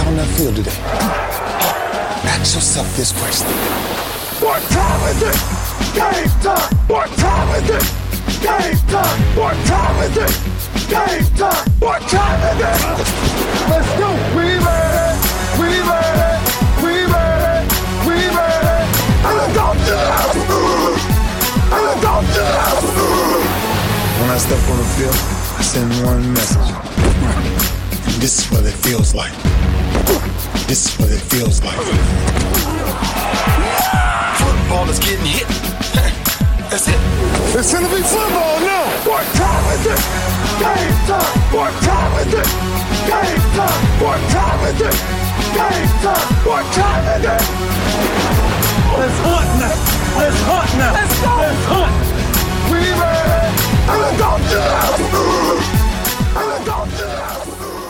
out on that field today, ask yourself this question. What time is it? Game time! What time is it? Game time! What time is it? Game time! What time is it? Let's go! We ready! We ready! We ready! We ready! I'm going to the house! I'm going to the house! When I step on the field, I send one message. This is what it feels like. This is what it feels like. Football is getting hit. That's it. It's gonna be football now. What time is it? Game time. What time is it? Game time. What time is it? Game time. What time is it? It's hot now. It's hot now. Let's go. It's hot. We ready? I'm going to the house. I'm going to the house.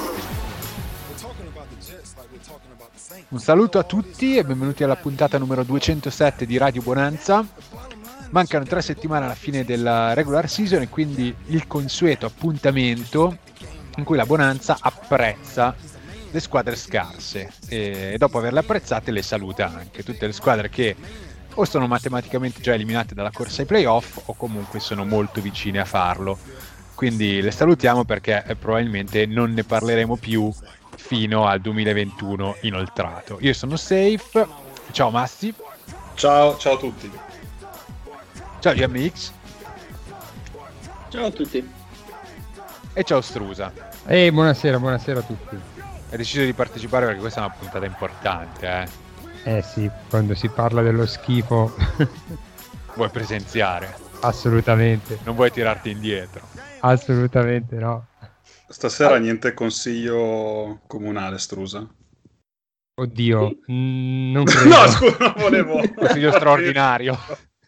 Un saluto a tutti e benvenuti alla puntata numero 207 di Radio Bonanza. Mancano 3 settimane alla fine della regular season e quindi il consueto appuntamento in cui la Bonanza apprezza le squadre scarse e dopo averle apprezzate le saluta anche tutte le squadre che o sono matematicamente già eliminate dalla corsa ai playoff o comunque sono molto vicine a farlo. Quindi le salutiamo perché probabilmente non ne parleremo più fino al 2021 inoltrato. Io sono Safe. Ciao Massi. Ciao a tutti. Ciao GMX. Ciao a tutti. E ciao Strusa. Buonasera a tutti. Hai deciso di partecipare perché questa è una puntata importante, Sì, quando si parla dello schifo Vuoi presenziare? Assolutamente. Non vuoi tirarti indietro? Assolutamente no. Stasera niente consiglio comunale, Strusa? Oddio, non credo. No, scusa, non volevo. Consiglio straordinario.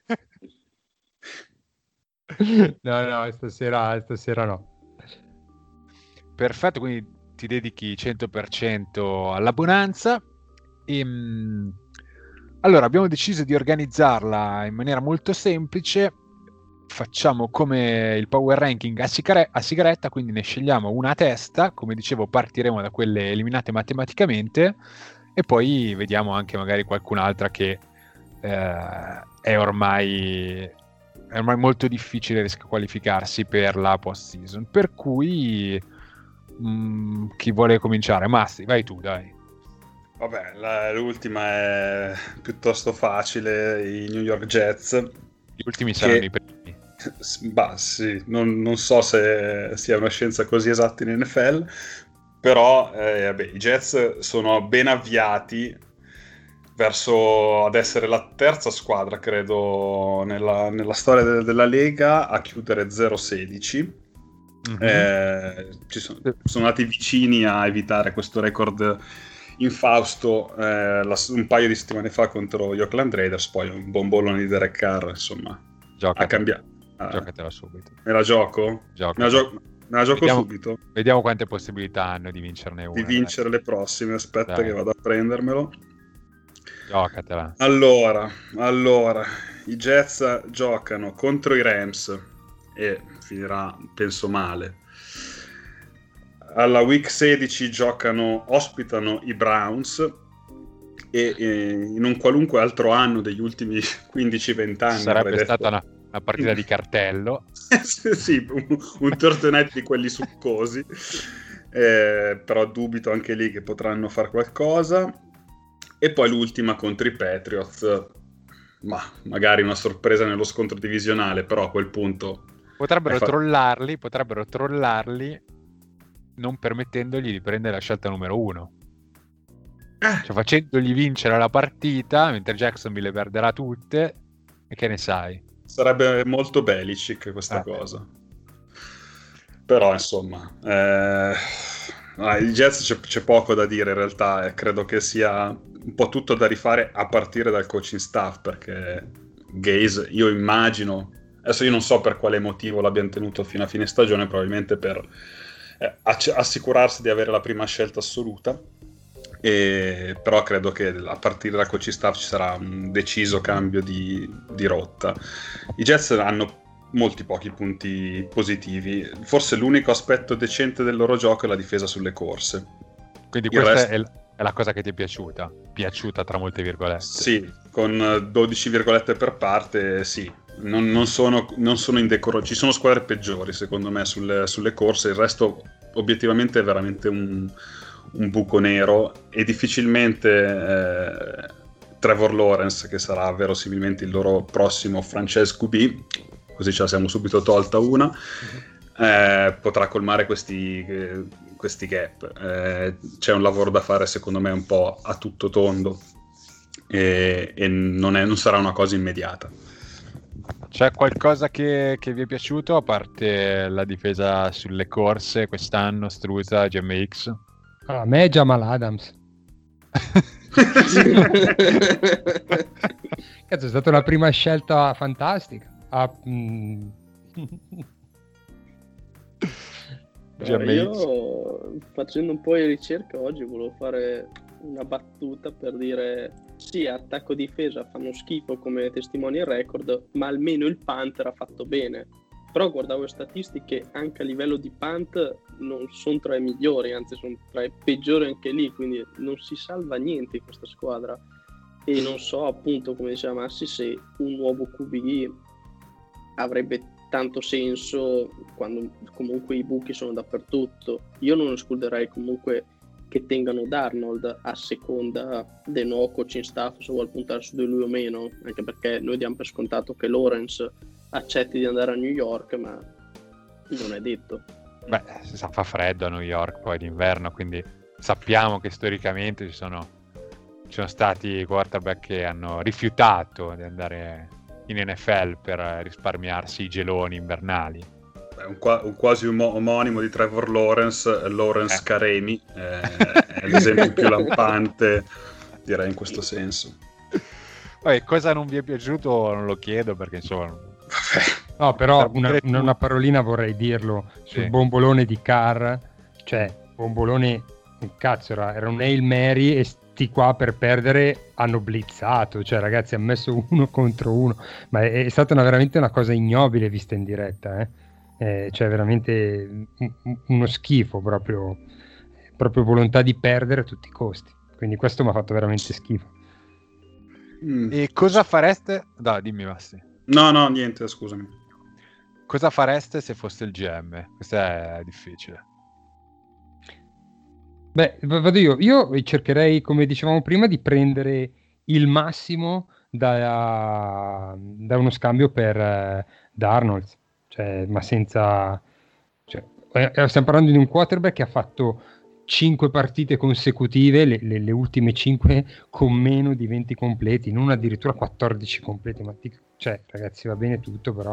No, stasera no. Perfetto, quindi ti dedichi 100% alla Bonanza. Allora, abbiamo deciso di organizzarla in maniera molto semplice. Facciamo come il power ranking a sigaretta, quindi ne scegliamo una a testa. Come dicevo, partiremo da quelle eliminate matematicamente e poi vediamo anche magari qualcun'altra che è ormai molto difficile qualificarsi per la post season, per cui chi vuole cominciare? Massi, vai tu, dai. Vabbè, l'ultima è piuttosto facile, i New York Jets. Gli ultimi saranno i primi. Bah, sì, non so se sia una scienza così esatta in NFL, però i Jets sono ben avviati verso ad essere la terza squadra, credo, nella storia della Lega a chiudere 0-16. Sono andati vicini a evitare questo record infausto un paio di settimane fa contro gli Oakland Raiders, poi un bombolone di Derek Carr, insomma, ha cambiato. Giocatela subito. Me la gioco? Me la gioco subito. Vediamo quante possibilità hanno di vincerne una. Di vincere le prossime. Aspetta, dai, che vado a prendermelo. Giocatela. Allora, i Jets giocano contro i Rams e finirà, penso, male. Alla week 16 ospitano i Browns e in un qualunque altro anno degli ultimi 15-20 anni sarebbe stata una partita di cartello. Sì, un Thursday night di quelli succosi, però dubito anche lì che potranno fare qualcosa. E poi l'ultima contro i Patriots, ma magari una sorpresa nello scontro divisionale, però a quel punto potrebbero trollarli non permettendogli di prendere la scelta numero 1, cioè facendogli vincere la partita mentre Jacksonville le perderà tutte. E che ne sai? Sarebbe molto Belichick questa cosa. Però insomma il Jets c'è poco da dire in realtà, credo che sia un po' tutto da rifare a partire dal coaching staff, perché Gaze, io immagino, adesso io non so per quale motivo l'abbiano tenuto fino a fine stagione, probabilmente per assicurarsi di avere la prima scelta assoluta, però credo che a partire dal coaching staff ci sarà un deciso cambio di rotta. I Jets hanno molti pochi punti positivi, forse l'unico aspetto decente del loro gioco è la difesa sulle corse. Quindi questa è è la cosa che ti è piaciuta? Piaciuta tra molte virgolette. Sì, con 12 virgolette per parte, sì. Non sono indecorosi. Ci sono squadre peggiori, secondo me, sulle corse. Il resto, obiettivamente, è veramente un buco nero. E difficilmente Trevor Lawrence, che sarà verosimilmente il loro prossimo franchise QB, così ce la siamo subito tolta una, potrà colmare questi gap. C'è un lavoro da fare, secondo me, un po' a tutto tondo, e non sarà una cosa immediata. C'è qualcosa che vi è piaciuto, a parte la difesa sulle corse quest'anno, Strusa, GMX? A me è Jamal Adams. Cazzo, è stata la prima scelta fantastica. Io, facendo un po' di ricerca oggi, volevo fare una battuta per dire sì, attacco e difesa fanno schifo come testimoni il record, ma almeno il punt era fatto bene. Però guardavo le statistiche, anche a livello di punt non sono tra i migliori, anzi sono tra i peggiori anche lì, quindi non si salva niente in questa squadra. E non so, appunto, come diceva Massi, se un nuovo QB avrebbe tanto senso quando comunque i buchi sono dappertutto. Io non escluderei comunque che tengano Darnold a seconda del nuovo coaching staff, se vuole puntare su di lui o meno, anche perché noi diamo per scontato che Lawrence accetti di andare a New York, ma non è detto. Beh, fa freddo a New York poi d'inverno, quindi sappiamo che storicamente ci sono stati quarterback che hanno rifiutato di andare in NFL per risparmiarsi i geloni invernali. Un quasi omonimo di Trevor Lawrence Karemi, è l'esempio più lampante, direi, in questo senso. Vabbè, cosa non vi è piaciuto non lo chiedo, perché insomma... No, però una parolina vorrei dirlo sul bombolone di Carr, cioè bombolone, cazzo, era un Hail Mary e sti qua per perdere hanno blitzato, cioè ragazzi, ha messo 1 contro 1, ma è stata veramente una cosa ignobile vista in diretta, cioè veramente uno schifo, proprio volontà di perdere a tutti i costi, quindi questo mi ha fatto veramente schifo. E cosa fareste? No, dimmi Massi. No, niente, scusami. Cosa fareste se foste il GM? Questo è difficile. Beh, vado io cercherei, come dicevamo prima, di prendere il massimo da uno scambio per Darnold, cioè, ma senza... Cioè, stiamo parlando di un quarterback che ha fatto 5 partite consecutive, le ultime 5 con meno di 20 completi, non addirittura 14 completi, cioè ragazzi, va bene tutto, però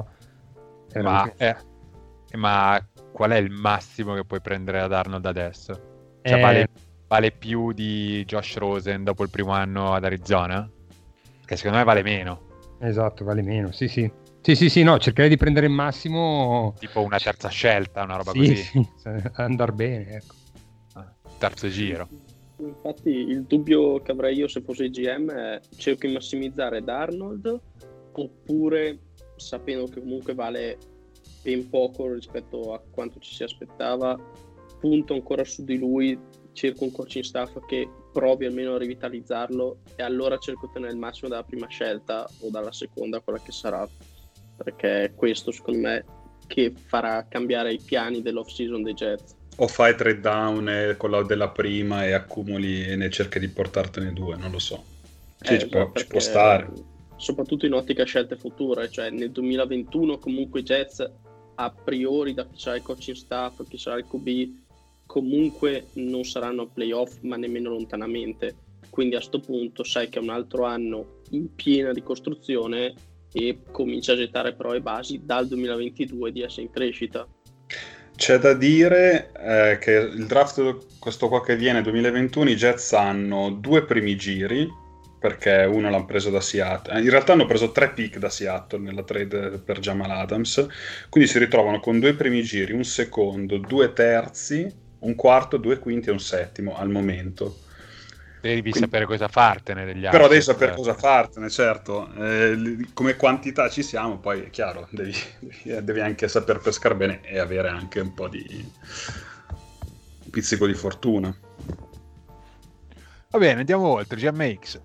ma qual è il massimo che puoi prendere ad Arnold adesso? Cioè, vale più di Josh Rosen dopo il primo anno ad Arizona? Che secondo me vale meno. Esatto, vale meno, sì, no, cercherei di prendere il massimo, tipo una terza scelta, una roba così. Sì, andar bene, ecco. Terzo giro. Infatti il dubbio che avrei io se fossi GM è: cerco di massimizzare Darnold, oppure, sapendo che comunque vale ben poco rispetto a quanto ci si aspettava, punto ancora su di lui, cerco un coaching staff che provi almeno a rivitalizzarlo, e allora cerco di ottenere il massimo dalla prima scelta o dalla seconda, quella che sarà, perché è questo secondo me che farà cambiare i piani dell'off season dei Jets. O fai trade down con la della prima e accumuli e ne cerchi di portartene 2, non lo so. Sì, ci può stare. Soprattutto in ottica scelte future, cioè nel 2021 comunque i Jets, a priori, da chi sarà il coaching staff, chi sarà il QB, comunque non saranno a playoff, ma nemmeno lontanamente. Quindi a sto punto sai che è un altro anno in piena ricostruzione e comincia a gettare però le basi dal 2022 di essere in crescita. C'è da dire che il draft, questo qua che viene 2021, i Jets hanno 2 primi giri, perché uno l'hanno preso da Seattle. In realtà hanno preso 3 pick da Seattle nella trade per Jamal Adams, quindi si ritrovano con 2 primi giri, un secondo, 2 terzi, un quarto, 2 quinti e un settimo al momento. Devi sapere cosa fartene degli altri. Però devi sapere cosa fartene, certo. Come quantità ci siamo, poi è chiaro, devi anche saper pescare bene e avere anche un po' di pizzico di fortuna. Va bene, andiamo oltre. GMX.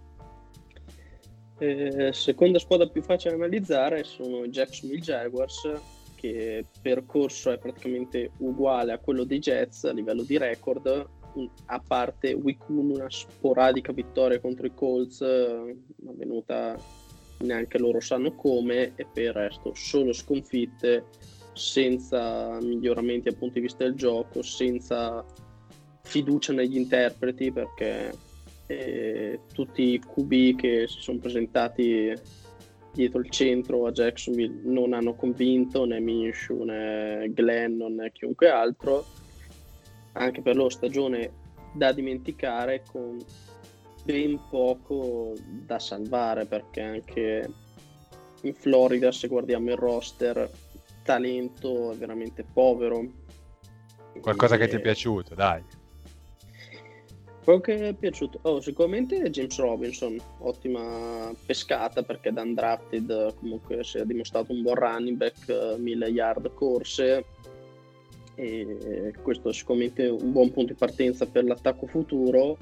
Seconda squadra più facile da analizzare sono i Jacksonville Jaguars, che percorso è praticamente uguale a quello dei Jets a livello di record, a parte Week 1 una sporadica vittoria contro i Colts, avvenuta neanche loro sanno come, e per il resto solo sconfitte, senza miglioramenti dal punto di vista del gioco, senza fiducia negli interpreti, perché tutti i QB che si sono presentati dietro il centro a Jacksonville non hanno convinto, né Minshew né Glennon né chiunque altro, anche per loro stagione da dimenticare, con ben poco da salvare, perché anche in Florida, se guardiamo il roster, talento è veramente povero. Qualcosa che ti è piaciuto, dai. Quello che è piaciuto sicuramente James Robinson, ottima pescata, perché da undrafted comunque si è dimostrato un buon running back, 1000 yard corse, e questo è sicuramente un buon punto di partenza per l'attacco futuro.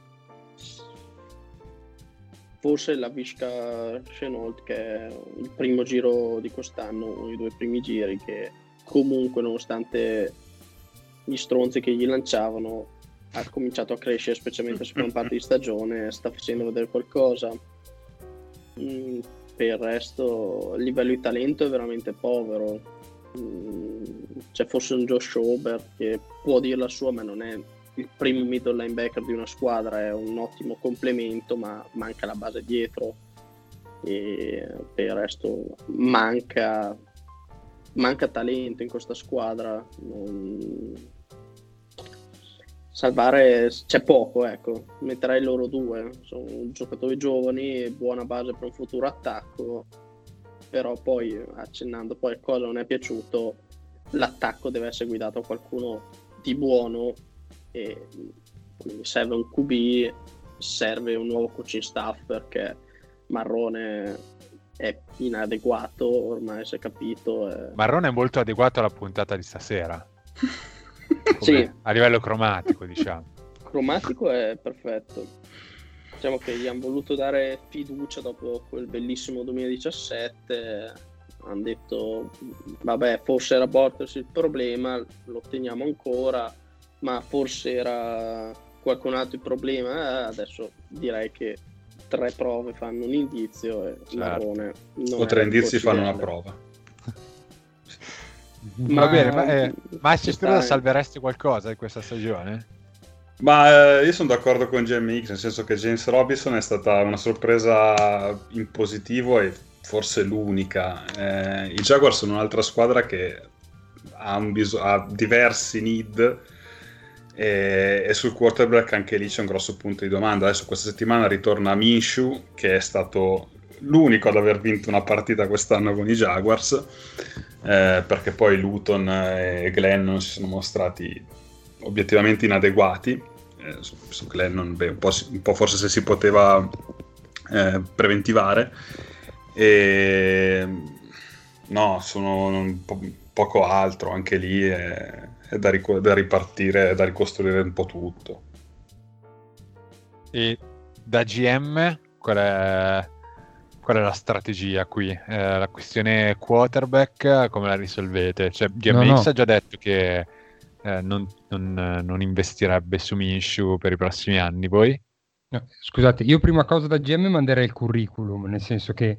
Forse la Vishka Chenault, che è il primo giro di quest'anno, uno dei due primi giri, che comunque nonostante gli stronzi che gli lanciavano ha cominciato a crescere, specialmente la seconda parte di stagione, sta facendo vedere qualcosa. Per il resto il livello di talento è veramente povero. C'è forse un Josh Ober che può dire la sua, ma non è il primo middle linebacker di una squadra, è un ottimo complemento, ma manca la base dietro, e per il resto manca talento in questa squadra. Salvare c'è poco, ecco. Metterei loro due, sono giocatori giovani, buona base per un futuro attacco, però poi, accennando poi a cosa non è piaciuto, l'attacco deve essere guidato da qualcuno di buono, e quindi serve un QB, serve un nuovo coaching staff, perché Marrone è inadeguato, ormai si è capito. Marrone è molto adeguato alla puntata di stasera. Sì. A livello cromatico, diciamo. Cromatico è perfetto. Diciamo che gli hanno voluto dare fiducia dopo quel bellissimo 2017. Hanno detto, vabbè, forse era Bortles il problema, lo teniamo ancora, ma forse era qualcun altro il problema. Adesso direi che 3 prove fanno un indizio, e Marrone o 3 indizi fanno una prova. Va bene, ma Sestero salveresti qualcosa di questa stagione? Ma io sono d'accordo con GMX, nel senso che James Robinson è stata una sorpresa in positivo e forse l'unica. I Jaguars sono un'altra squadra che ha diversi need, e sul quarterback anche lì c'è un grosso punto di domanda. Adesso questa settimana ritorna Minshew, che è stato l'unico ad aver vinto una partita quest'anno con i Jaguars, perché poi Luton e Glennon si sono mostrati obiettivamente inadeguati. Su Glennon un po' forse se si poteva preventivare, no, sono poco altro. Anche lì è da ripartire, da ricostruire un po' tutto. E da GM qual è la strategia qui? La questione quarterback come la risolvete? Cioè, GMX ha già detto che non investirebbe su Minshew per i prossimi anni. Voi? No, scusate, io prima cosa da GM manderei il curriculum, nel senso che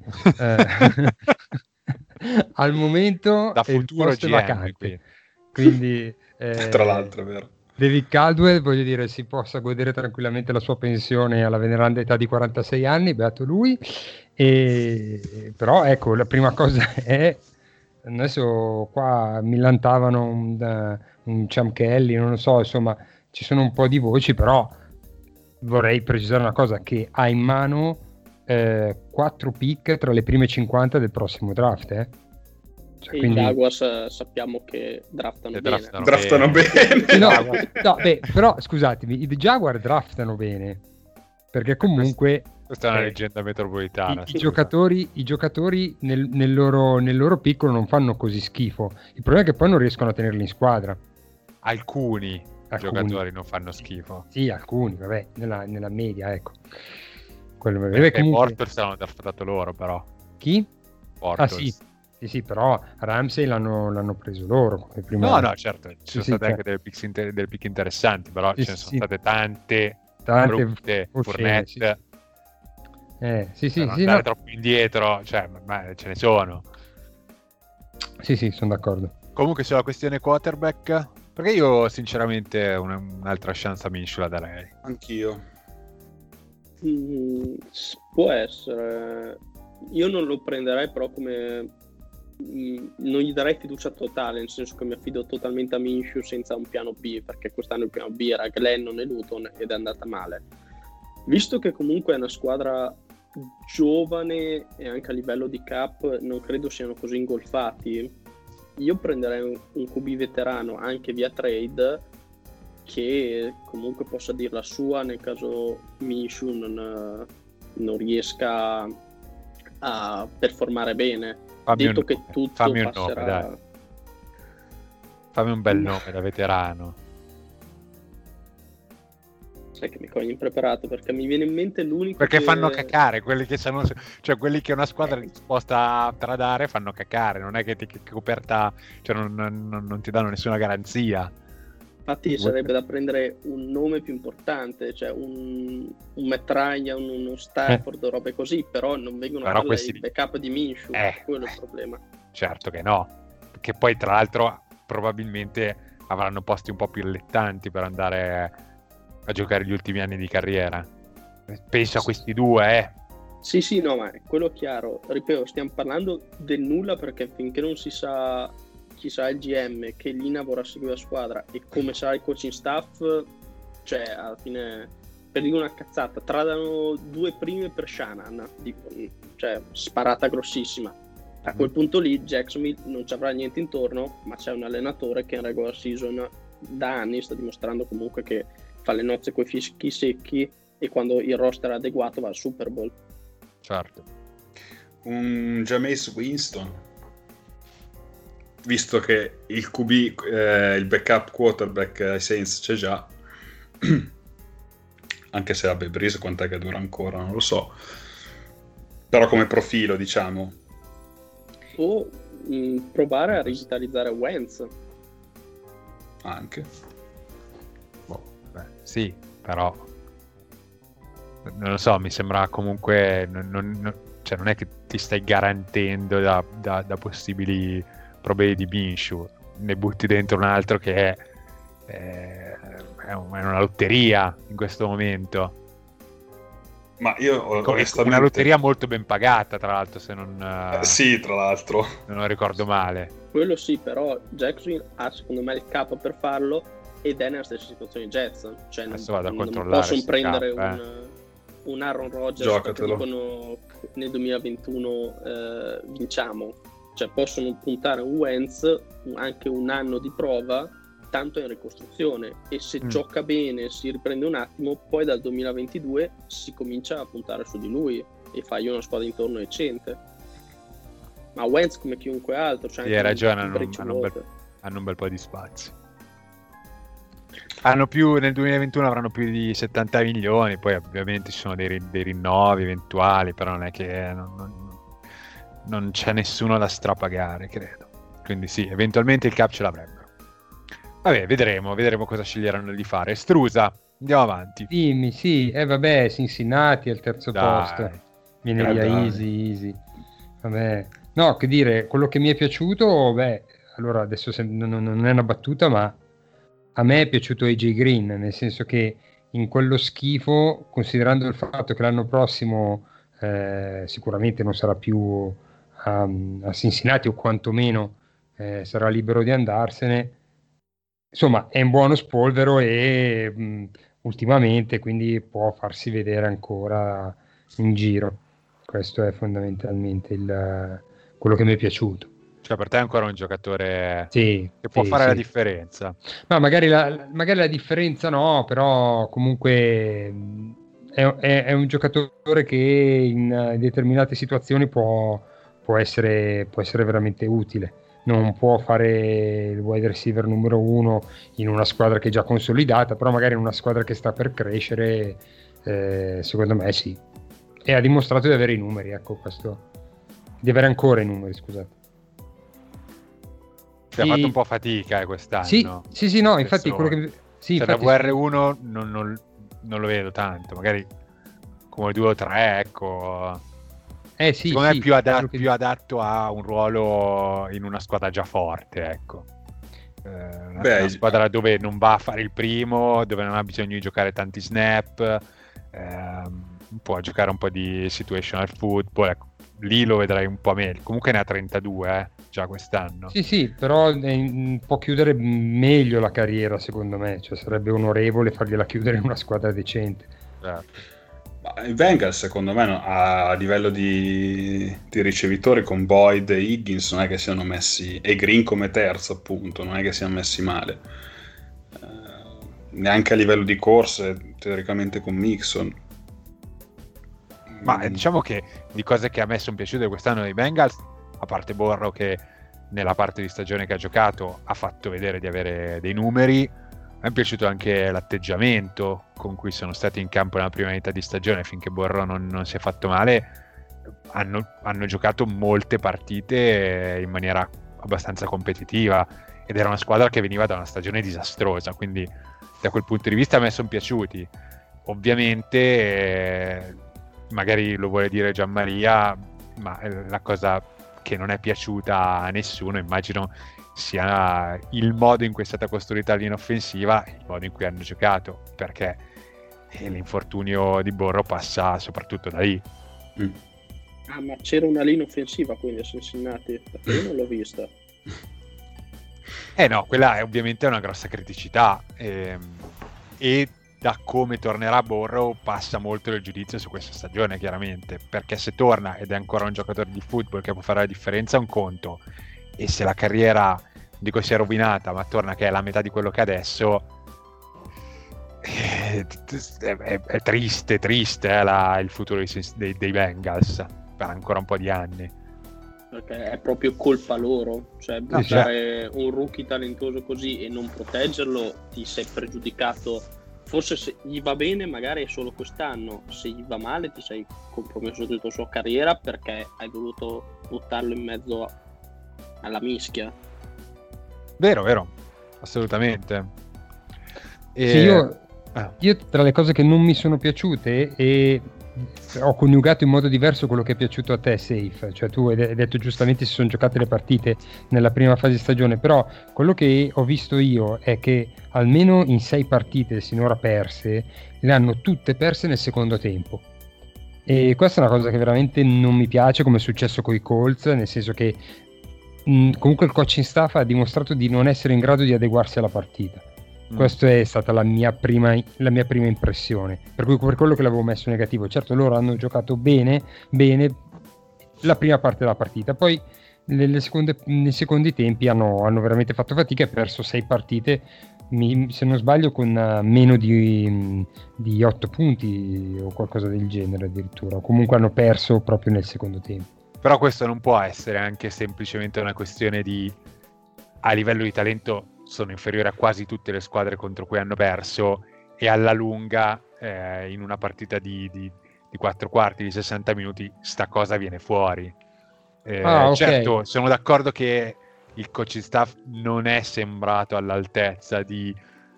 al momento da futuro il posto GM, è vacante, quindi tra l'altro è vero. David Caldwell, voglio dire, si possa godere tranquillamente la sua pensione alla veneranda età di 46 anni, beato lui. Però ecco, la prima cosa è, adesso qua millantavano un Champ Kelly, non lo so, insomma ci sono un po' di voci, però vorrei precisare una cosa, che ha in mano 4 pick tra le prime 50 del prossimo draft, Cioè, quindi... I Jaguars sappiamo che draftano bene. No, però scusatemi, i Jaguar draftano bene, perché comunque questa è una leggenda metropolitana. I giocatori nel loro piccolo non fanno così schifo. Il problema è che poi non riescono a tenerli in squadra. Alcuni giocatori non fanno schifo. Sì, alcuni, vabbè, nella media, ecco. Perché comunque... Porters hanno draftato loro, però. Chi? Porters. Ah sì, però Ramsey l'hanno preso loro come primo. No, certo, ci sono state anche delle pick interessanti, però ce ne sono state tante brutte, Fournette. Andare troppo indietro, cioè, ma ce ne sono. Sì, sono d'accordo. Comunque sulla questione quarterback, perché io sinceramente un'altra chance a Minshew la darei. Anch'io. Può essere. Io non lo prenderei però come... non gli darei fiducia totale, nel senso che mi affido totalmente a Minshew senza un piano B, perché quest'anno il piano B era Glennon e Luton ed è andata male. Visto che comunque è una squadra giovane e anche a livello di cap non credo siano così ingolfati, io prenderei un QB veterano anche via trade che comunque possa dir la sua nel caso Minshew non riesca a performare bene. Detto che tutto passerà... Nome, fammi un bel nome da veterano. Sai che mi cogli impreparato, perché mi viene in mente l'unico perché fanno cacare quelli che sono, cioè quelli che una squadra è disposta a tradare fanno cacare, non è che ti coperta, cioè non ti danno nessuna garanzia. Infatti sarebbe da prendere un nome più importante, cioè un Metraglia, uno Stafford, robe così, però non vengono a fare il backup di Minshew, quello è il problema. Certo che no, perché poi tra l'altro probabilmente avranno posti un po' più allettanti per andare a giocare gli ultimi anni di carriera. Penso a questi due, Sì, no, ma quello è chiaro. Ripeto, stiamo parlando del nulla perché finché non si sa chi sarà il GM, che linea vorrà seguire la squadra e come sarà il coaching staff, cioè alla fine, per dire una cazzata, tradano 2 prime per Shanahan, cioè sparata grossissima. A quel punto lì Jacksonville non ci avrà niente intorno, ma c'è un allenatore che in regular season da anni sta dimostrando comunque che fa le nozze coi fischi secchi e quando il roster è adeguato va al Super Bowl. Certo. Un Jameis Winston, visto che il QB, il backup quarterback ai Saints c'è già, anche se vabbè Breeze quant'è che dura ancora non lo so, però come profilo diciamo. O provare a rivitalizzare Wentz anche. Sì, però non lo so, mi sembra comunque cioè non è che ti stai garantendo da possibili problemi di Minshew, ne butti dentro un altro che è una lotteria in questo momento. Ma io onestamente... una lotteria molto ben pagata, tra l'altro, se non sì, tra l'altro non ricordo male. Quello sì, però Jackson ha secondo me il capo per farlo ed è nella stessa situazione di Jets, cioè non possono prendere un Aaron Rodgers perché dicono nel 2021 vinciamo, cioè possono puntare un Wentz anche un anno di prova, tanto è in ricostruzione e se gioca bene, si riprende un attimo, poi dal 2022 si comincia a puntare su di lui e fagli una squadra intorno decente. Ma Wentz come chiunque altro, cioè hai ragione, hanno un bel po' di spazio. Nel 2021 avranno più di 70 milioni, poi ovviamente ci sono dei rinnovi eventuali, però non è che non c'è nessuno da strapagare, credo. Quindi sì, eventualmente il cap ce l'avrebbero. Vabbè, vedremo cosa sceglieranno di fare. Strusa, andiamo avanti. Dimmi, sì, vabbè, Cincinnati al terzo posto. Viene via easy. Vabbè. No, che dire, quello che mi è piaciuto, allora adesso non è una battuta, ma a me è piaciuto AJ Green, nel senso che in quello schifo, considerando il fatto che l'anno prossimo sicuramente non sarà più a Cincinnati o quantomeno sarà libero di andarsene, insomma è un buono spolvero e ultimamente quindi può farsi vedere ancora in giro. Questo è fondamentalmente quello che mi è piaciuto. Cioè per te è ancora un giocatore che può fare la differenza. No, magari la differenza no, però comunque è un giocatore che in determinate situazioni può essere veramente utile. non può fare il wide receiver numero 1 in una squadra che è già consolidata, però magari in una squadra che sta per crescere, secondo me sì. E ha dimostrato di avere i numeri, ecco, questo, di avere ancora i numeri, scusate. Si è fatto un po' fatica quest'anno. Sì, no, infatti quello che... Sì, cioè, infatti, da VR1 non lo vedo tanto, magari come 2 o 3, ecco. Secondo me è più adatto a un ruolo in una squadra già forte, ecco. Una squadra dove non va a fare il primo, dove non ha bisogno di giocare tanti snap, può giocare un po' di situational football, ecco. Lì lo vedrai un po' meglio. Comunque ne ha 32 già quest'anno. Sì, però può chiudere meglio la carriera, secondo me, cioè sarebbe onorevole fargliela chiudere in una squadra decente. I Bengals, secondo me, a livello di ricevitori, con Boyd e Higgins, non è che siano messi, e Green come terzo, appunto, non è che siano messi male, neanche a livello di corse, teoricamente, con Mixon. Ma diciamo che di cose che a me sono piaciute quest'anno dei Bengals, a parte Burrow che nella parte di stagione che ha giocato ha fatto vedere di avere dei numeri, mi è piaciuto anche l'atteggiamento con cui sono stati in campo nella prima metà di stagione finché Burrow non si è fatto male. Hanno giocato molte partite in maniera abbastanza competitiva ed era una squadra che veniva da una stagione disastrosa, quindi da quel punto di vista a me sono piaciuti. Ovviamente magari lo vuole dire Gianmaria, ma la cosa che non è piaciuta a nessuno, immagino, sia il modo in cui è stata costruita la linea offensiva e il modo in cui hanno giocato, perché l'infortunio di Burrow passa soprattutto da lì. Ma c'era una linea offensiva quindi a Cincinnati? Perché io non l'ho vista. No, quella è ovviamente una grossa criticità, e da come tornerà Burrow passa molto il giudizio su questa stagione, chiaramente, perché se torna ed è ancora un giocatore di football che può fare la differenza è un conto, e se la carriera, dico, si è rovinata, ma torna che è la metà di quello che è adesso, è triste il futuro dei Bengals per ancora un po' di anni. Perché è proprio colpa loro, cioè buttare un rookie talentuoso così e non proteggerlo, ti sei pregiudicato. Forse se gli va bene magari è solo quest'anno, se gli va male ti sei compromesso tutta la sua carriera perché hai voluto buttarlo in mezzo alla mischia. Vero, assolutamente. Io tra le cose che non mi sono piaciute, e ho coniugato in modo diverso quello che è piaciuto a te, Safe, cioè tu hai detto giustamente si sono giocate le partite nella prima fase di stagione, però quello che ho visto io è che almeno in 6 partite sinora perse, le hanno tutte perse nel secondo tempo, e questa è una cosa che veramente non mi piace, come è successo con i Colts, nel senso che comunque il coaching staff ha dimostrato di non essere in grado di adeguarsi alla partita. Questa è stata la mia prima impressione, per cui per quello che l'avevo messo negativo. Certo, loro hanno giocato bene la prima parte della partita, poi nei secondi tempi hanno veramente fatto fatica e perso 6 partite, se non sbaglio, con meno di 8 punti o qualcosa del genere addirittura. Comunque hanno perso proprio nel secondo tempo. Però questo non può essere anche semplicemente una questione di, a livello di talento sono inferiori a quasi tutte le squadre contro cui hanno perso, e alla lunga in una partita di 4 quarti, di 60 minuti, sta cosa viene fuori. Okay. Certo, sono d'accordo che il coaching staff non è sembrato all'altezza di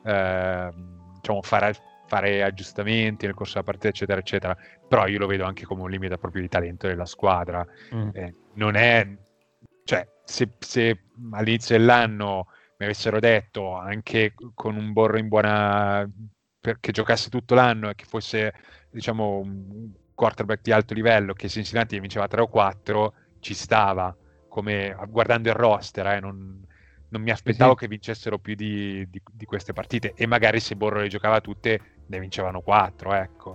fare aggiustamenti nel corso della partita, eccetera eccetera, però io lo vedo anche come un limite proprio di talento della squadra. Non è, cioè, se all'inizio dell'anno mi avessero detto, anche con un Burrow in buona, che giocasse tutto l'anno e che fosse, diciamo, un quarterback di alto livello, che Cincinnati vinceva 3 o 4, ci stava, come guardando il roster, non mi aspettavo che vincessero più di queste partite, e magari se Burrow le giocava tutte ne vincevano 4, ecco.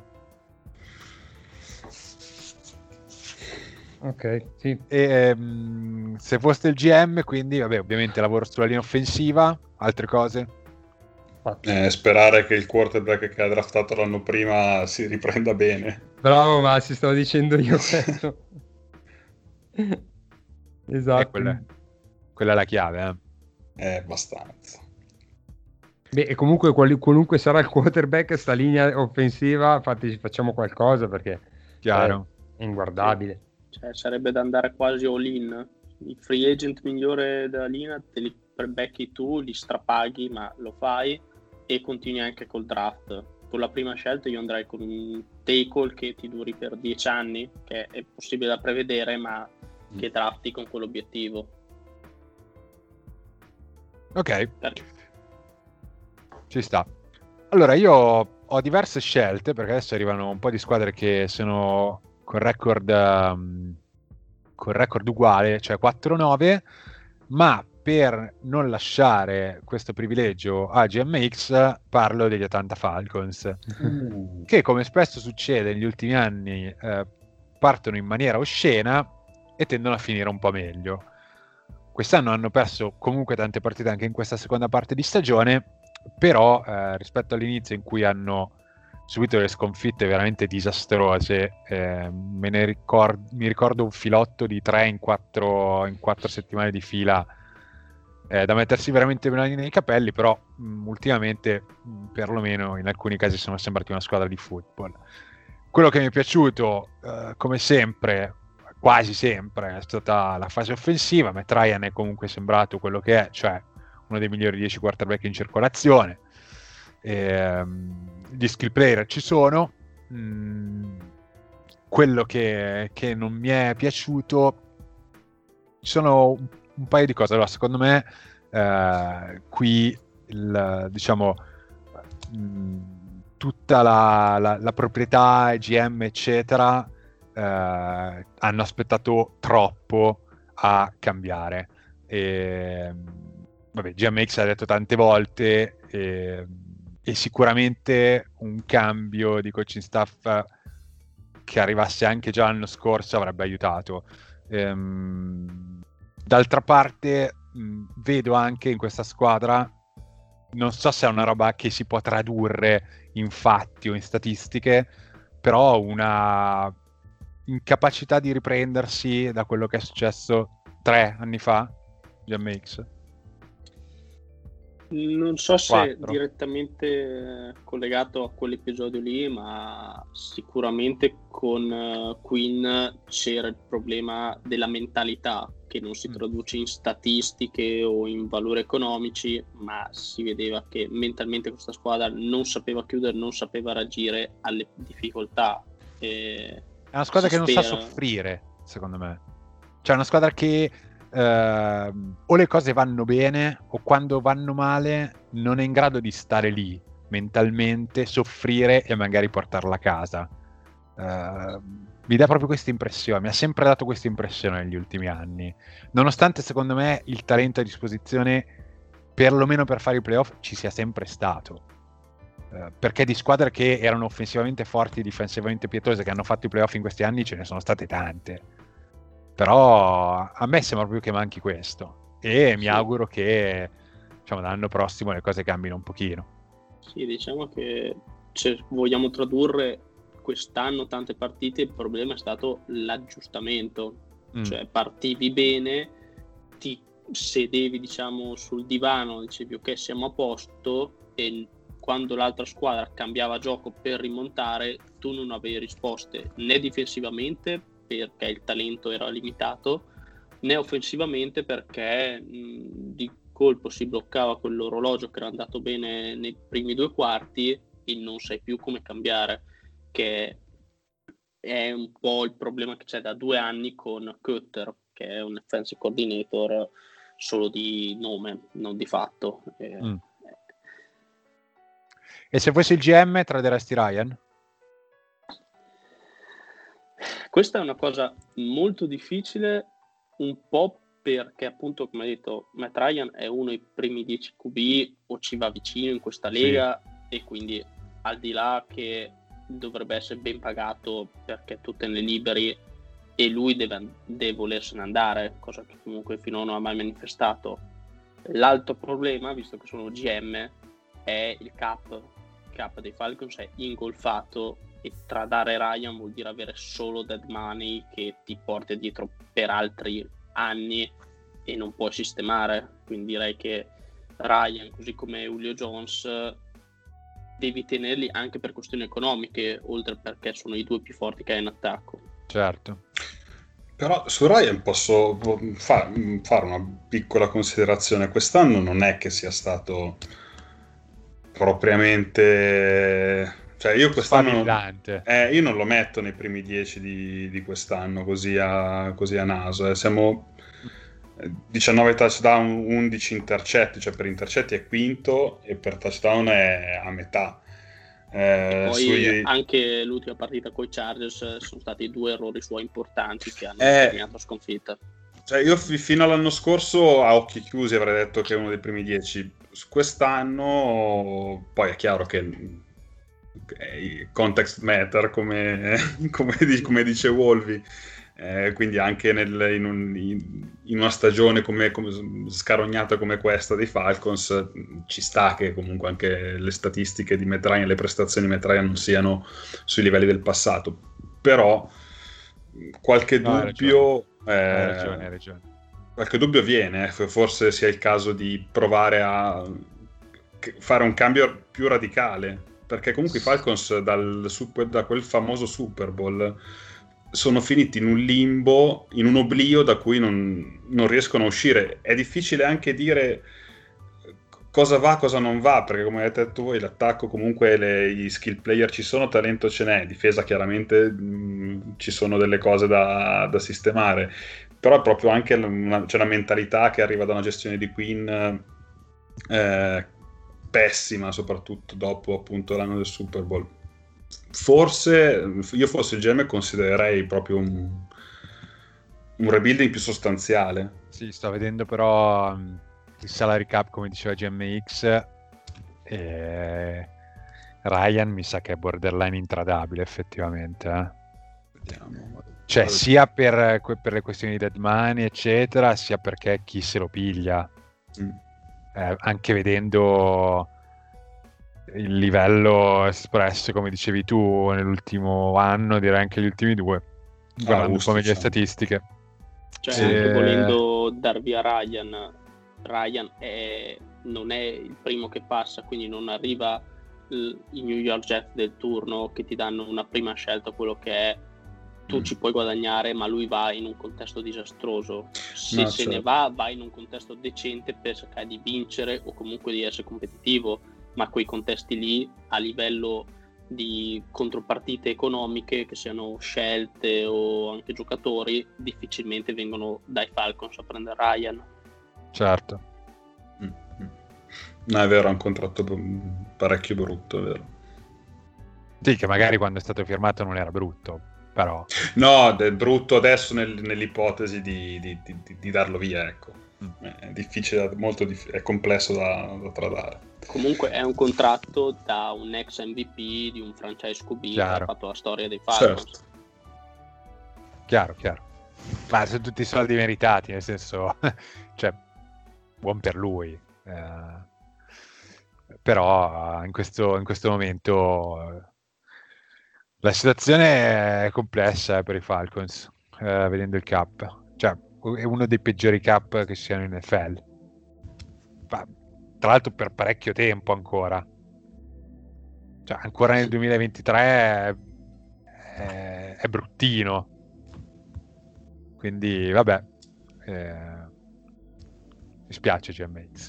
Ok, sì. E se foste il GM, quindi vabbè, ovviamente lavoro sulla linea offensiva, altre cose? Sperare che il quarterback che ha draftato l'anno prima si riprenda bene. Bravo, ma si stavo dicendo io questo. Esatto. Quella è la chiave, Abbastanza. Beh, e comunque qualunque sarà il quarterback, sta linea offensiva, facciamo qualcosa, perché chiaro, è inguardabile. Cioè, sarebbe da andare quasi all in. Il free agent migliore della linea te li prebecchi tu, li strapaghi, ma lo fai, e continui anche col draft. Con la prima scelta io andrei con un tackle che ti duri per 10 anni, che è possibile da prevedere, ma che drafti con quell'obiettivo. Ok, ci sta. Allora, io ho diverse scelte, perché adesso arrivano un po' di squadre che sono con record uguale, cioè 4-9, ma per non lasciare questo privilegio a GMX parlo degli Atlanta Falcons, che, come spesso succede negli ultimi anni, partono in maniera oscena e tendono a finire un po' meglio. Quest'anno hanno perso comunque tante partite anche in questa seconda parte di stagione, però rispetto all'inizio, in cui hanno subito delle sconfitte veramente disastrose, mi ricordo un filotto di 3 in 4 settimane di fila, da mettersi veramente nei capelli, però ultimamente, perlomeno in alcuni casi, sono sembrati una squadra di football. Quello che mi è piaciuto, come sempre, quasi sempre, è stata la fase offensiva. Matt Ryan è comunque sembrato quello che è, cioè uno dei migliori 10 quarterback in circolazione. Gli skill player ci sono. Quello che non mi è piaciuto, ci sono un paio di cose. Allora, secondo me qui diciamo tutta la proprietà, GM eccetera, hanno aspettato troppo a cambiare. Vabbè, GMX ha detto tante volte, e sicuramente un cambio di coaching staff che arrivasse anche già l'anno scorso avrebbe aiutato. D'altra parte vedo anche in questa squadra, non so se è una roba che si può tradurre in fatti o in statistiche, però una incapacità di riprendersi da quello che è successo 3 anni fa, GMX. Non so se 4. direttamente collegato a quell'episodio lì, ma sicuramente con Quinn c'era il problema della mentalità, che non si traduce in statistiche o in valori economici, ma si vedeva che mentalmente questa squadra non sapeva chiudere, non sapeva reagire alle difficoltà. È una squadra che non sa soffrire, secondo me. Cioè, è una squadra che o le cose vanno bene, o quando vanno male non è in grado di stare lì mentalmente, soffrire e magari portarla a casa. Mi dà proprio questa impressione, mi ha sempre dato questa impressione negli ultimi anni, nonostante secondo me il talento a disposizione, perlomeno per fare i playoff, ci sia sempre stato, perché di squadre che erano offensivamente forti, difensivamente pietose, che hanno fatto i playoff in questi anni, ce ne sono state tante. Però a me sembra proprio che manchi questo, e mi auguro che, diciamo, l'anno prossimo le cose cambino un pochino. Sì, diciamo che vogliamo tradurre quest'anno tante partite, il problema è stato l'aggiustamento. Cioè partivi bene, ti sedevi, diciamo, sul divano, dicevi ok, siamo a posto, e quando l'altra squadra cambiava gioco per rimontare, tu non avevi risposte né difensivamente, perché il talento era limitato, né offensivamente, perché di colpo si bloccava quell'orologio che era andato bene nei primi 2 quarti e non sai più come cambiare, che è un po' il problema che c'è da 2 anni con Cutter, che è un offensive coordinator solo di nome, non di fatto. E se fossi il GM traderesti Ryan? Questa è una cosa molto difficile, un po' perché, appunto, come hai detto, Matt Ryan è uno dei primi 10 QB o ci va vicino in questa lega, e quindi, al di là che dovrebbe essere ben pagato perché tu te ne liberi e lui deve volersene andare, cosa che comunque finora non ha mai manifestato. L'altro problema, visto che sono GM, è il cap dei Falcons è ingolfato, e tradare Ryan vuol dire avere solo dead money che ti porta dietro per altri anni, e non puoi sistemare, quindi direi che Ryan così come Julio Jones devi tenerli anche per questioni economiche, oltre perché sono i due più forti che hai in attacco. Certo. Però su Ryan posso fare una piccola considerazione. Quest'anno non è che sia stato propriamente... Cioè io quest'anno io non lo metto nei primi 10 di quest'anno così a naso. Siamo 19 touchdown, 11 intercetti, cioè per intercetti è quinto e per touchdown è a metà. E poi anche l'ultima partita con i Chargers sono stati 2 errori suoi importanti che hanno determinato la sconfitta. Cioè io fino all'anno scorso a occhi chiusi avrei detto che è uno dei primi 10. Quest'anno poi è chiaro che context matter come dice Wolvi, quindi anche in una stagione come scarognata come questa dei Falcons ci sta che comunque anche le statistiche di Matt Ryan, le prestazioni di Matt Ryan non siano sui livelli del passato, però qualche dubbio hai ragione. Qualche dubbio viene, forse sia il caso di provare a fare un cambio più radicale, perché comunque i Falcons da quel famoso Super Bowl sono finiti in un limbo, in un oblio da cui non riescono a uscire. È difficile anche dire cosa va, cosa non va, perché come avete detto voi l'attacco comunque gli skill player ci sono, talento ce n'è, difesa chiaramente ci sono delle cose da sistemare, però è proprio anche c'è una mentalità che arriva da una gestione di Quinn pessima, soprattutto dopo appunto l'anno del Super Bowl. Forse io fossi il GM considererei proprio un rebuilding più sostanziale. Sì, sto vedendo però il salary cap come diceva GMX, Ryan mi sa che è borderline intradabile effettivamente. Vediamo. Cioè sia per le questioni di dead money eccetera, sia perché chi se lo piglia. Anche vedendo il livello espresso come dicevi tu nell'ultimo anno, direi anche gli ultimi 2, guardando un po' meglio le statistiche, cioè anche volendo dar via Ryan non è il primo che passa, quindi non arriva i New York Jets del turno che ti danno una prima scelta, quello che è tu ci puoi guadagnare, ma lui va in un contesto disastroso. Se ne va in un contesto decente per cercare di vincere o comunque di essere competitivo, ma quei contesti lì a livello di contropartite economiche, che siano scelte o anche giocatori, difficilmente vengono dai Falcons a prendere Ryan. Certo. No, è vero, è un contratto parecchio brutto, è vero. Sì, che magari quando è stato firmato non era brutto, però... No, è brutto adesso nell'ipotesi di darlo via, ecco. È difficile, è complesso da tradare. Comunque è un contratto da un ex MVP di un franchise QB che ha fatto la storia dei Falcons. Certo. Chiaro. Ma sono tutti soldi meritati, nel senso, cioè, buon per lui. Però in questo momento la situazione è complessa per i Falcons, vedendo il cap. Cioè, è uno dei peggiori cap che siano in NFL. Tra l'altro per parecchio tempo ancora. Cioè, ancora nel 2023 è bruttino. Quindi, vabbè. Mi spiace, GMX.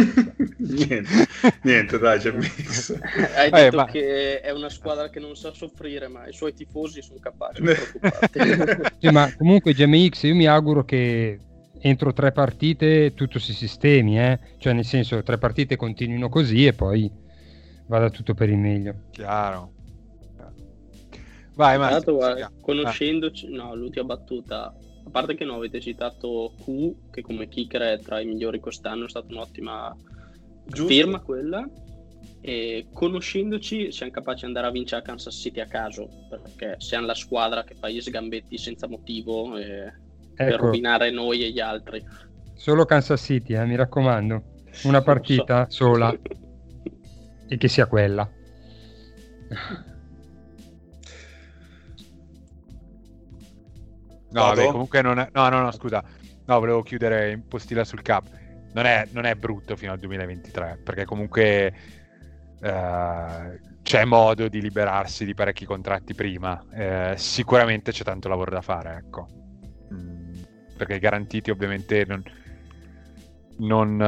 niente dai, GMX. Hai detto che è una squadra che non sa soffrire, ma i suoi tifosi sono capaci di preoccuparti. Sì, ma comunque GMX, io mi auguro che entro 3 partite tutto si sistemi, cioè nel senso 3 partite continuino così e poi vada tutto per il meglio. Chiaro. Vai, Massimo. Conoscendoci, l'ultima battuta, a parte che non avete citato Q, che come kicker è tra i migliori quest'anno, è stata un'ottima firma quella, e conoscendoci siamo capaci di andare a vincere a Kansas City a caso, perché siamo la squadra che fa gli sgambetti senza motivo per rovinare noi e gli altri. Solo Kansas City, mi raccomando, una partita sola e che sia quella. No, vabbè, comunque non è... No, scusa. No, volevo chiudere in postilla sul cap. Non è brutto fino al 2023, perché comunque c'è modo di liberarsi di parecchi contratti prima. Sicuramente c'è tanto lavoro da fare, ecco. Perché i garantiti ovviamente non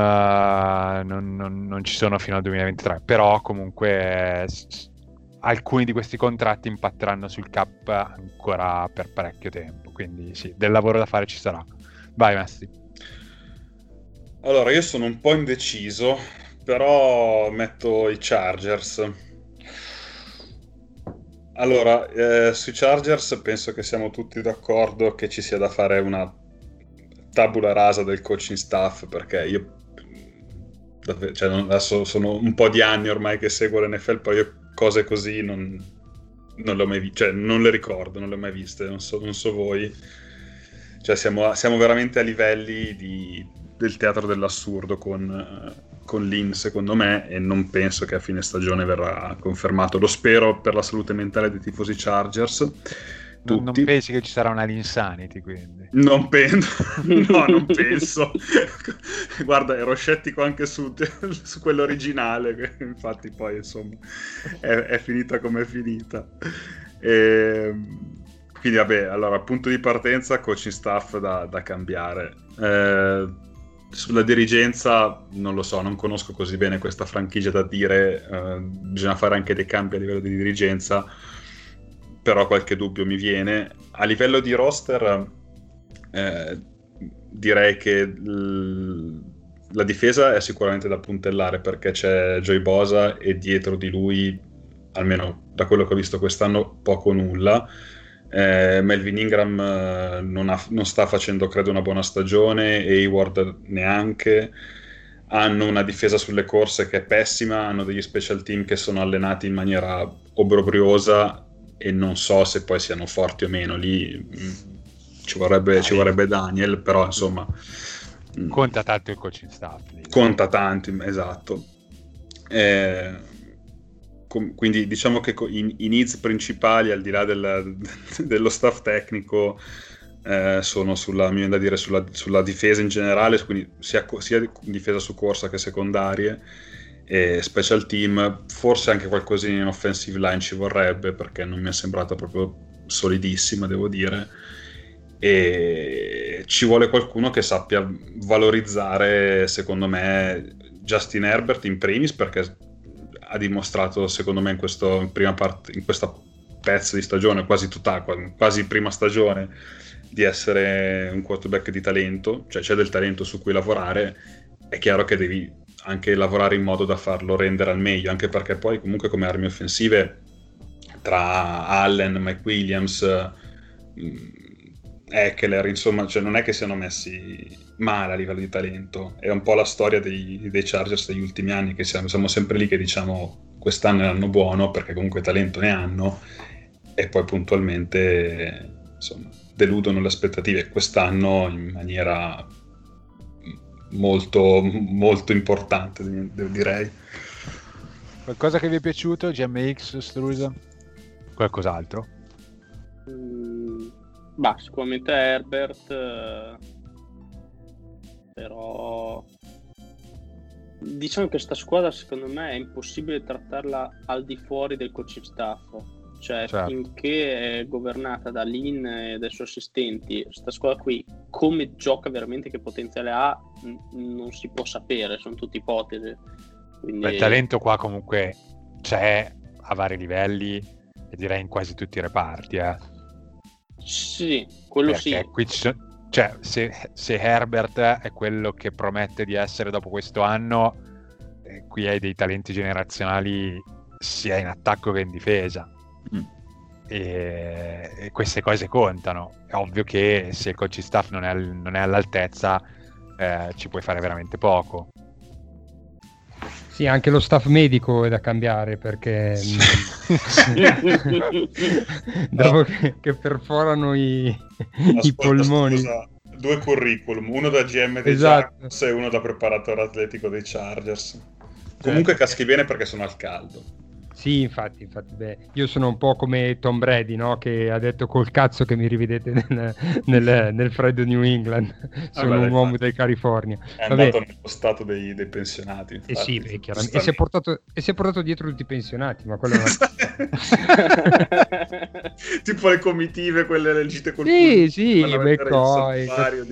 ci sono fino al 2023, però comunque alcuni di questi contratti impatteranno sul cap ancora per parecchio tempo, quindi sì, del lavoro da fare ci sarà. Vai Messi. Allora, io sono un po' indeciso, però metto i Chargers. Allora, sui Chargers penso che siamo tutti d'accordo che ci sia da fare una tabula rasa del coaching staff, perché io adesso sono un po' di anni ormai che seguo l'NFL, poi io cose così non le ho mai viste, cioè non le ricordo, non le ho mai viste, non so voi, cioè siamo veramente a livelli del teatro dell'assurdo con Lynn, secondo me, e non penso che a fine stagione verrà confermato. Lo spero per la salute mentale dei tifosi Chargers. Non pensi che ci sarà una Linsanity, quindi? Non penso. No, non penso. Guarda, ero scettico anche su quello originale, che infatti poi insomma è finita come è finita. Quindi vabbè, allora punto di partenza, coaching staff da cambiare. Sulla dirigenza non lo so, non conosco così bene questa franchigia da dire, bisogna fare anche dei cambi a livello di dirigenza, però qualche dubbio mi viene. A livello di roster direi che la difesa è sicuramente da puntellare, perché c'è Joey Bosa e dietro di lui, almeno da quello che ho visto quest'anno, poco o nulla. Melvin Ingram non sta facendo credo una buona stagione, e Hayward neanche. Hanno una difesa sulle corse che è pessima, hanno degli special team che sono allenati in maniera obbrobriosa e non so se poi siano forti o meno. Lì ci vorrebbe Daniel, però insomma conta tanto il coaching staff lì. Conta tanto, esatto. Quindi diciamo che i needs principali, al di là dello staff tecnico, sono sulla difesa in generale, quindi sia difesa su corsa che secondarie, e special team, forse anche qualcosina in offensive line ci vorrebbe, perché non mi è sembrata proprio solidissima, devo dire, e ci vuole qualcuno che sappia valorizzare, secondo me, Justin Herbert in primis, perché ha dimostrato, secondo me, in questa pezzo di stagione, quasi prima stagione, di essere un quarterback di talento, cioè c'è del talento su cui lavorare. È chiaro che devi anche lavorare in modo da farlo rendere al meglio, anche perché poi comunque come armi offensive, tra Allen, Mike Williams, Eckler, insomma, cioè non è che siano messi male a livello di talento. È un po' la storia dei Chargers degli ultimi anni, che siamo sempre lì che diciamo quest'anno è l'anno buono, perché comunque talento ne hanno, e poi puntualmente insomma deludono le aspettative quest'anno in maniera molto molto importante, direi. Qualcosa che vi è piaciuto? GMX, Strusa? Qualcos'altro? Sicuramente Herbert, però diciamo che questa squadra secondo me è impossibile trattarla al di fuori del coaching staff, cioè certo. Finché è governata da Lynn e dai suoi assistenti, questa squadra qui come gioca veramente, che potenziale ha, non si può sapere, sono tutte ipotesi. Quindi... il talento qua comunque c'è a vari livelli, e direi in quasi tutti i reparti, Sì, quello perché sì. Qui cioè, se Herbert è quello che promette di essere dopo questo anno, qui hai dei talenti generazionali sia in attacco che in difesa. E queste cose contano. È ovvio che se il coaching staff non è all'altezza, ci puoi fare veramente poco. Sì, anche lo staff medico è da cambiare, perché dopo che perforano i polmoni. Scusa, 2 curriculum, uno da GM dei Giants e uno da preparatore atletico dei Chargers. Comunque caschi bene perché sono al caldo. Sì, infatti, beh, io sono un po' come Tom Brady, no? Che ha detto col cazzo che mi rivedete nel freddo New England. Sono un uomo del California. È andato nello stato dei pensionati, infatti. Sì, beh, chiaramente. E si è portato dietro tutti i pensionati, ma quello tipo le comitive, quelle le gite col sì, McCoy.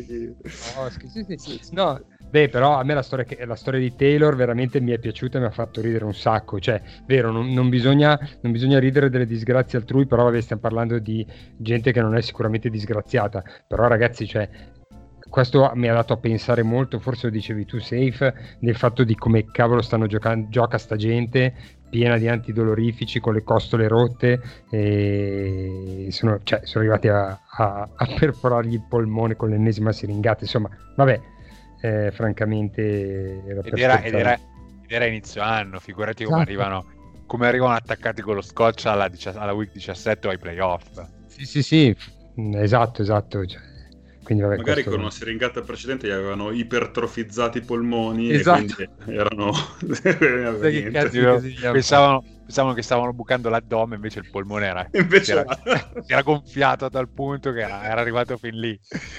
Sì. No. Beh, però a me la storia di Taylor veramente mi è piaciuta e mi ha fatto ridere un sacco. Cioè, vero, non bisogna ridere delle disgrazie altrui, però vabbè, stiamo parlando di gente che non è sicuramente disgraziata. Però ragazzi, cioè, questo mi ha dato a pensare molto, forse lo dicevi tu, Safe, del fatto di come cavolo gioca sta gente piena di antidolorifici con le costole rotte e sono arrivati a perforargli il polmone con l'ennesima siringata. Insomma, vabbè. Francamente era inizio anno, figurati come arrivano attaccati con lo scotch alla week 17 o ai playoff. Sì, esatto, cioè, quindi vabbè, magari con una siringata precedente gli avevano ipertrofizzato i polmoni, esatto. E quindi erano pensavano che stavano bucando l'addome, invece il polmone si era gonfiato a tal punto che era arrivato fin lì.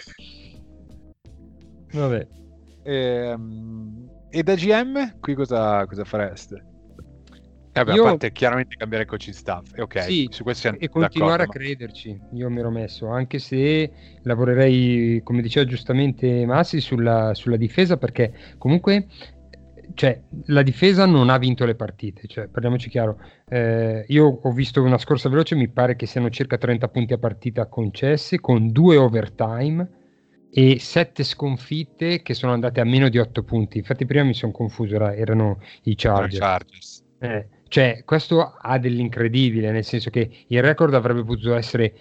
Vabbè. E da GM qui cosa fareste? A parte chiaramente cambiare coaching staff, ok, sì, su questo siamo e continuare d'accordo, a crederci. Io mi ero messo, anche se lavorerei, come diceva giustamente Massi, sulla difesa, perché comunque, cioè, la difesa non ha vinto le partite, cioè, parliamoci chiaro. Io ho visto una scorsa veloce, mi pare che siano circa 30 punti a partita concessi, con 2 overtime e 7 sconfitte che sono andate a meno di 8 punti. Infatti prima mi sono confuso, erano i Chargers. Cioè, questo ha dell'incredibile, nel senso che il record sarebbe potuto essere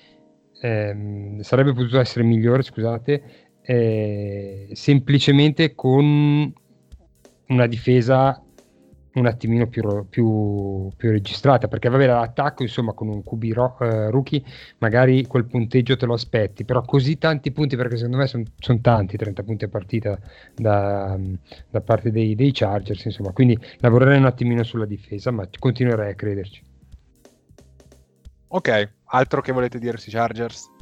migliore, scusate, semplicemente con una difesa un attimino più registrata, perché vabbè, l'attacco, insomma, con un QB rookie magari quel punteggio te lo aspetti, però così tanti punti, perché secondo me sono tanti 30 punti a partita da parte dei Chargers, insomma, quindi lavorerei un attimino sulla difesa, ma continuerei a crederci. Ok, altro che volete dire sui Chargers?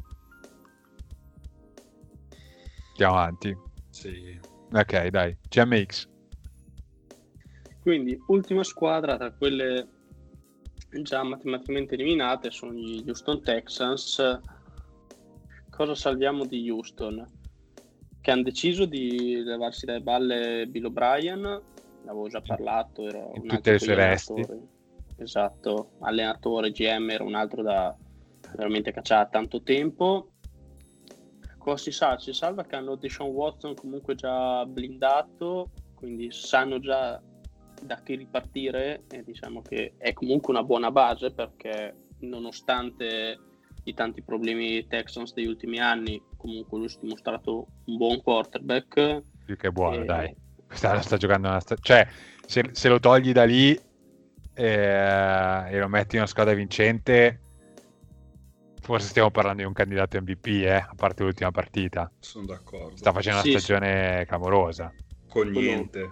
Andiamo avanti. Sì. Ok, dai, GMX. Quindi, ultima squadra tra quelle già matematicamente eliminate sono gli Houston Texans. Cosa salviamo di Houston? Che hanno deciso di levarsi dalle balle Bill O'Brien, ne avevo già parlato, era in tutte le sue vesti. Esatto, allenatore, GM, era un altro da veramente cacciare tanto tempo. Cosa si salva che hanno Deshaun Watson comunque già blindato, quindi sanno già da che ripartire, e diciamo che è comunque una buona base, perché nonostante i tanti problemi Texans degli ultimi anni, comunque lui si è dimostrato un buon quarterback. Più che buono, dai. Quest'anno sta giocando cioè, se lo togli da lì e lo metti in una squadra vincente, forse stiamo parlando di un candidato MVP, a parte l'ultima partita. Sono d'accordo. Sta facendo una stagione clamorosa. Con niente.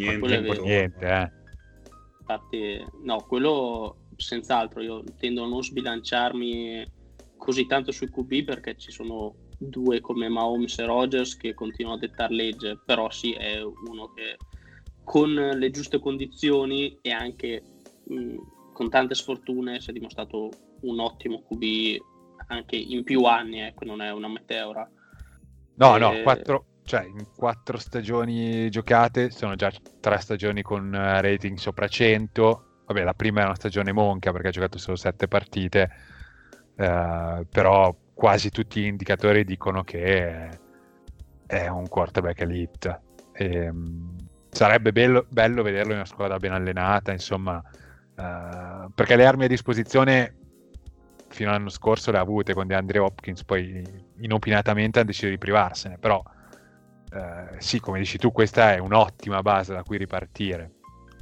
Infatti, no, quello senz'altro. Io tendo a non sbilanciarmi così tanto sui QB, perché ci sono due come Mahomes e Rodgers che continuano a dettare legge, però sì, è uno che con le giuste condizioni e anche con tante sfortune si è dimostrato un ottimo QB anche in più anni, ecco, non è una meteora. No, in 4 stagioni giocate sono già 3 stagioni con rating sopra 100. Vabbè, la prima è una stagione monca perché ha giocato solo 7 partite, però quasi tutti gli indicatori dicono che è un quarterback elite. Sarebbe bello vederlo in una squadra ben allenata, insomma, perché le armi a disposizione fino all'anno scorso le ha avute con DeAndre Hopkins, poi inopinatamente hanno deciso di privarsene, però sì, come dici tu, questa è un'ottima base da cui ripartire.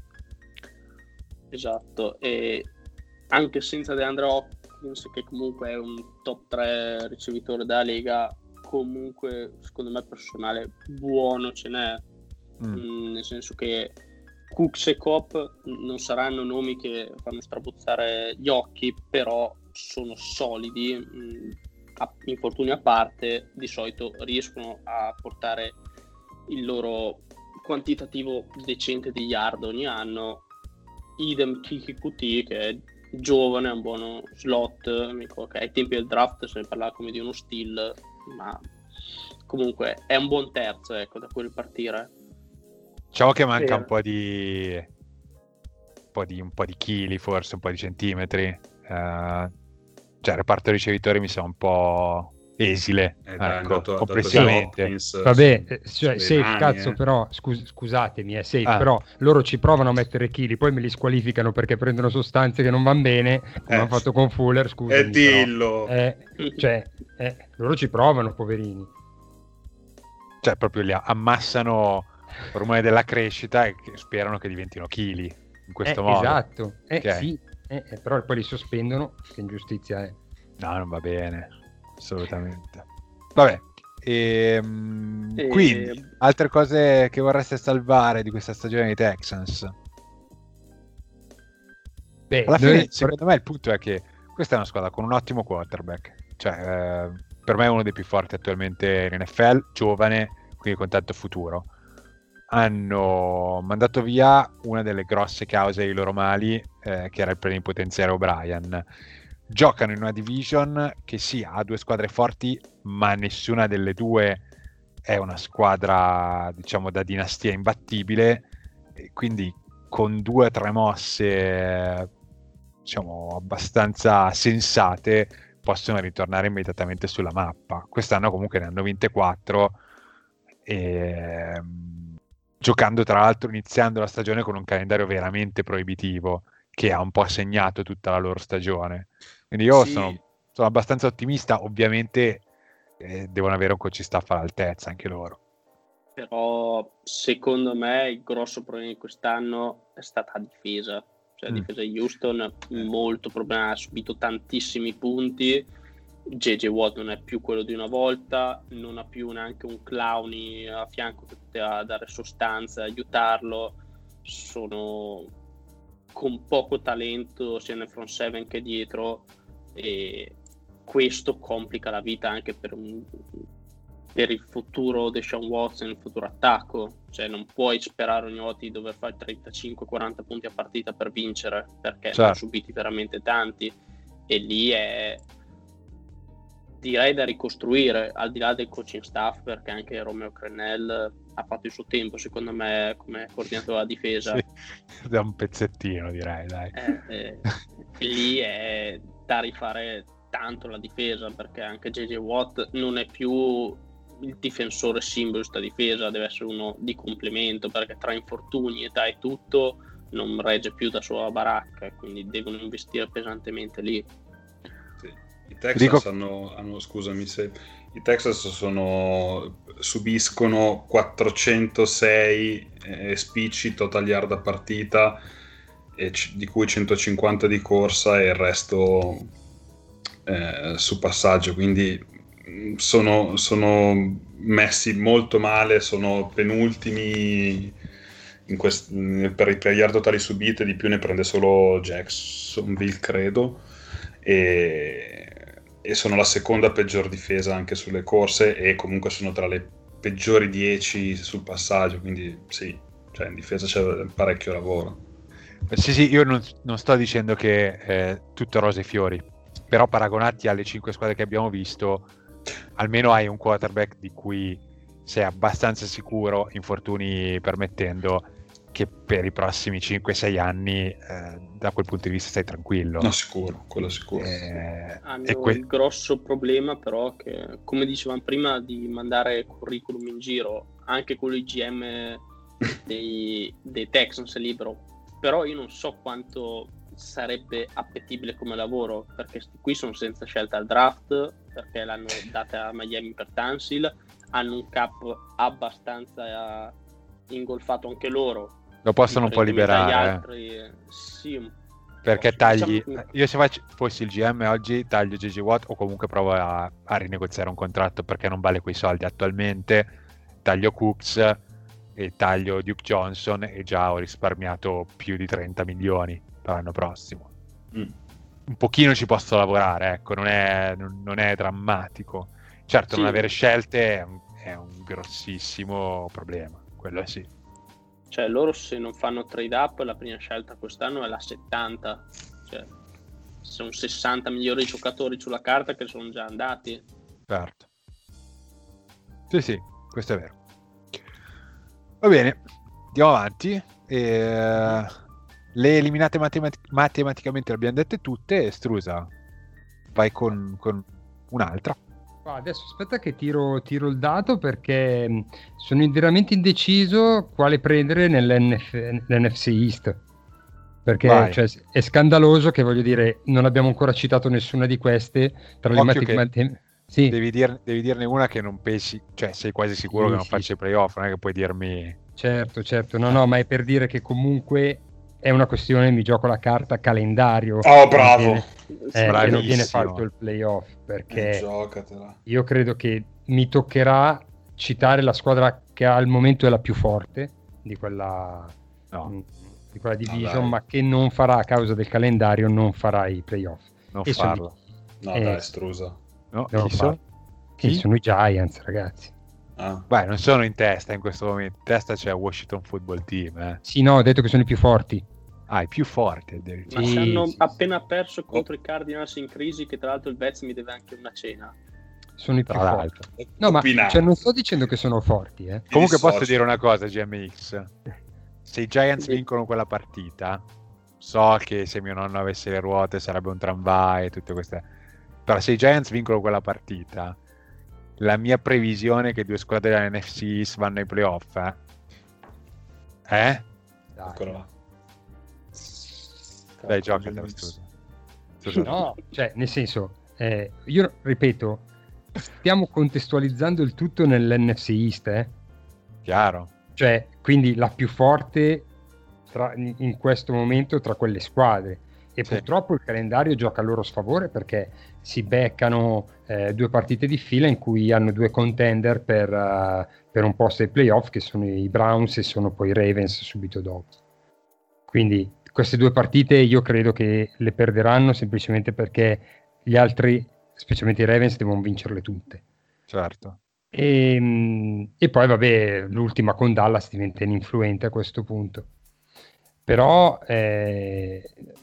Esatto, e anche senza DeAndre Hopkins, che comunque è un top 3 ricevitore della Lega, comunque secondo me personale buono ce n'è, nel senso che Cooks e Coop non saranno nomi che fanno strabuzzare gli occhi, però sono solidi, infortuni a parte, di solito riescono a portare il loro quantitativo decente di yard ogni anno. Idem Kiki QT, che è giovane, è un buono slot, che ai tempi del draft se ne parlava come di uno steal, ma comunque è un buon terzo, ecco, da quel partire. Diciamo che manca un po' di chili, forse un po' di centimetri. Cioè il reparto ricevitori mi sembra un po' esile, ecco, complessivamente. Vabbè, safe, cazzo, però scusatemi, è safe, però loro ci provano a mettere chili, poi me li squalificano perché prendono sostanze che non vanno bene, come hanno fatto con Fuller, scusami. E dillo! Loro ci provano, poverini. Cioè proprio li ammassano ormone della crescita e sperano che diventino chili in questo modo. Esatto, sì, però poi li sospendono, che ingiustizia è. No, non va bene, assolutamente. Vabbè, quindi altre cose che vorreste salvare di questa stagione dei Texans? Alla fine, secondo me il punto è che questa è una squadra con un ottimo quarterback, cioè per me è uno dei più forti attualmente in NFL, giovane, quindi con tanto futuro. Hanno mandato via una delle grosse cause dei loro mali, che era il plenipotenziario O'Brien. Giocano in una division che sì, ha due squadre forti, ma nessuna delle due è una squadra, diciamo, da dinastia imbattibile, e quindi con 2 o 3 mosse, diciamo, abbastanza sensate, possono ritornare immediatamente sulla mappa. Quest'anno comunque ne hanno vinte 4, e giocando tra l'altro, iniziando la stagione con un calendario veramente proibitivo che ha un po' segnato tutta la loro stagione. Quindi io sono abbastanza ottimista. Ovviamente devono avere un coaching staff all'altezza anche loro. Però secondo me il grosso problema di quest'anno è stata la difesa. Cioè la difesa di Houston molto problema, ha subito tantissimi punti. JJ Watt non è più quello di una volta, non ha più neanche un Clowney a fianco che poteva dare sostanza, aiutarlo. Sono con poco talento sia nel front seven che dietro, e questo complica la vita anche per il futuro di Deshaun Watson, il futuro attacco. Cioè non puoi sperare ogni volta di dover fare 35-40 punti a partita per vincere, perché ne hanno subiti veramente tanti, e lì è, direi, da ricostruire, al di là del coaching staff, perché anche Romeo Crennel ha fatto il suo tempo, secondo me, come coordinatore della difesa. Da un pezzettino, direi, dai. Lì è da rifare tanto la difesa, perché anche JJ Watt non è più il difensore simbolo di questa difesa, deve essere uno di complemento, perché tra infortuni, età e tutto non regge più da sola baracca, quindi devono investire pesantemente lì. I Texans scusami se i Texans subiscono 406 spicci total yard a partita, di cui 150 di corsa e il resto su passaggio, quindi sono messi molto male, sono penultimi per yard totali subite, di più ne prende solo Jacksonville, credo, e sono la seconda peggior difesa anche sulle corse, e comunque sono tra le peggiori 10 sul passaggio, quindi sì, cioè in difesa c'è parecchio lavoro. Sì, io non sto dicendo che tutto rose e fiori, però paragonati alle 5 squadre che abbiamo visto, almeno hai un quarterback di cui sei abbastanza sicuro, infortuni permettendo, che per i prossimi 5-6 anni da quel punto di vista stai tranquillo. No, sicuro, quello sicuro. Hanno il grosso problema però che, come dicevamo prima, di mandare curriculum in giro, anche con il GM dei Texans è libero, però io non so quanto sarebbe appetibile come lavoro, perché qui sono senza scelta al draft, perché l'hanno data a Miami per Tansil, hanno un cap abbastanza ingolfato anche loro, lo possono un po' liberare, altri, sì, perché tagli, io se fossi il GM oggi taglio JJ Watt, o comunque provo a rinegoziare un contratto perché non vale quei soldi attualmente, taglio Cooks e taglio Duke Johnson e già ho risparmiato più di 30 milioni per l'anno prossimo. Un pochino ci posso lavorare, ecco, non è drammatico. Certo, non avere scelte è un grossissimo problema, quello sì. Cioè, loro se non fanno trade up, la prima scelta quest'anno è la 70. Cioè, sono 60 migliori giocatori sulla carta che sono già andati. Certo. Sì, questo è vero. Va bene, andiamo avanti. Le eliminate matematicamente le abbiamo dette tutte. Estrusa, vai con un'altra. Adesso aspetta che tiro il dato, perché sono veramente indeciso quale prendere nell'NFC East, perché cioè, è scandaloso che, voglio dire, non abbiamo ancora citato nessuna di queste tra le matematiche. Sì. Devi dirne una che non pensi, cioè sei quasi sicuro che non faccia i playoff, non è che puoi dirmi... Certo, no, ma è per dire che comunque è una questione, mi gioco la carta calendario. Oh, bravo! Che non viene fatto il playoff, perché io credo che mi toccherà citare la squadra che al momento è la più forte di quella division, ma che non farà, a causa del calendario, non farà i playoff. Non farlo. Dai, Estrusa. No, chi sono i Giants, ragazzi. Beh, non sono in testa in questo momento. In testa c'è Washington Football Team. Sì, no, ho detto che sono i più forti. I più forti addirittura. Ma se hanno appena perso contro i Cardinals in crisi, che tra l'altro il Vez mi deve anche una cena. Sono i più forti. No, ma cioè, non sto dicendo che sono forti. Comunque posso dire una cosa, GMX. Se i Giants vincono quella partita, so che se mio nonno avesse le ruote sarebbe un tramvai e tutte queste... Però se i Giants vincono quella partita, la mia previsione è che 2 squadre della NFC East vanno ai playoff. Dai, giocatela, scusa. No, cioè, nel senso, io ripeto, stiamo contestualizzando il tutto nell'NFC East, Chiaro. Cioè, quindi la più forte in questo momento tra quelle squadre. E purtroppo il calendario gioca a loro sfavore, perché si beccano 2 partite di fila in cui hanno 2 contender per un posto ai playoff, che sono i Browns e sono poi i Ravens subito dopo. Quindi queste 2 partite io credo che le perderanno semplicemente perché gli altri, specialmente i Ravens, devono vincerle tutte. Certo. E poi vabbè, l'ultima con Dallas diventa ininfluente a questo punto. Però cioè,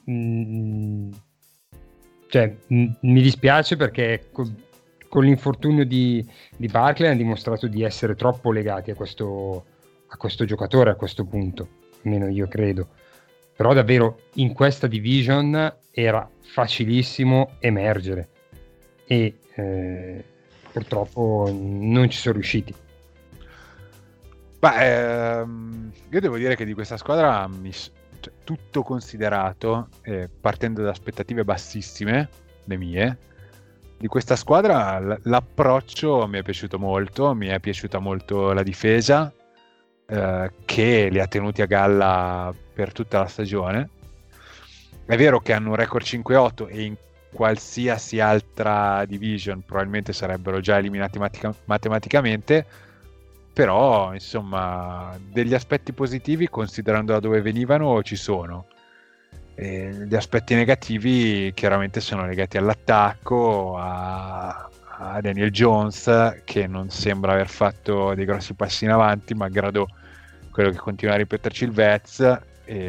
mi dispiace, perché con l'infortunio di Barkley hanno dimostrato di essere troppo legati a questo giocatore a questo punto, almeno io credo. Però davvero in questa division era facilissimo emergere e purtroppo non ci sono riusciti. Io devo dire che di questa squadra, tutto considerato, partendo da aspettative bassissime, le mie, di questa squadra l'approccio mi è piaciuto molto, mi è piaciuta molto la difesa, che li ha tenuti a galla per tutta la stagione. È vero che hanno un record 5-8 e in qualsiasi altra division probabilmente sarebbero già eliminati matematicamente, però insomma degli aspetti positivi, considerando da dove venivano, ci sono. E gli aspetti negativi chiaramente sono legati all'attacco, a Daniel Jones, che non sembra aver fatto dei grossi passi in avanti, malgrado quello che continua a ripeterci il Vez.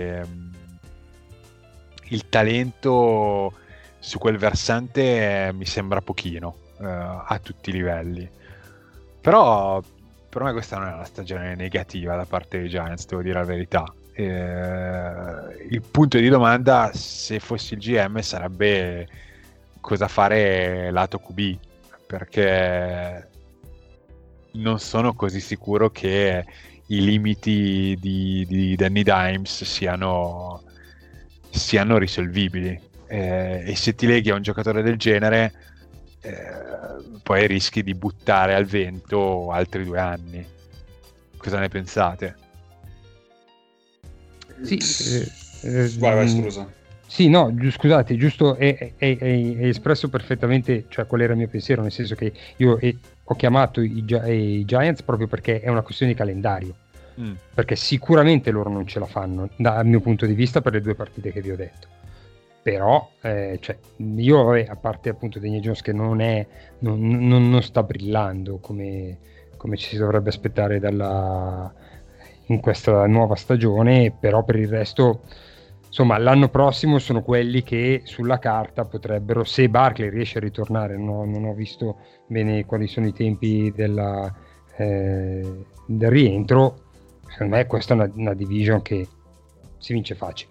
Il talento su quel versante mi sembra pochino, a tutti i livelli, però per me questa non è una stagione negativa da parte dei Giants, devo dire la verità. Il punto di domanda, se fossi il GM, sarebbe cosa fare lato QB, perché non sono così sicuro che i limiti di Danny Dimes siano risolvibili, e se ti leghi a un giocatore del genere, poi rischi di buttare al vento altri 2 anni. Cosa ne pensate? Sì, vai, scusa. Sì, no, scusate, giusto, è espresso perfettamente, cioè qual era il mio pensiero, nel senso che io ho chiamato i Giants proprio perché è una questione di calendario, perché sicuramente loro non ce la fanno dal mio punto di vista per le 2 partite che vi ho detto. Però cioè, io a parte appunto Daniel Jones che non sta brillando come ci si dovrebbe aspettare in questa nuova stagione, però per il resto insomma l'anno prossimo sono quelli che sulla carta potrebbero, se Barkley riesce a ritornare, non ho visto bene quali sono i tempi del rientro, secondo me questa è una division che si vince facile.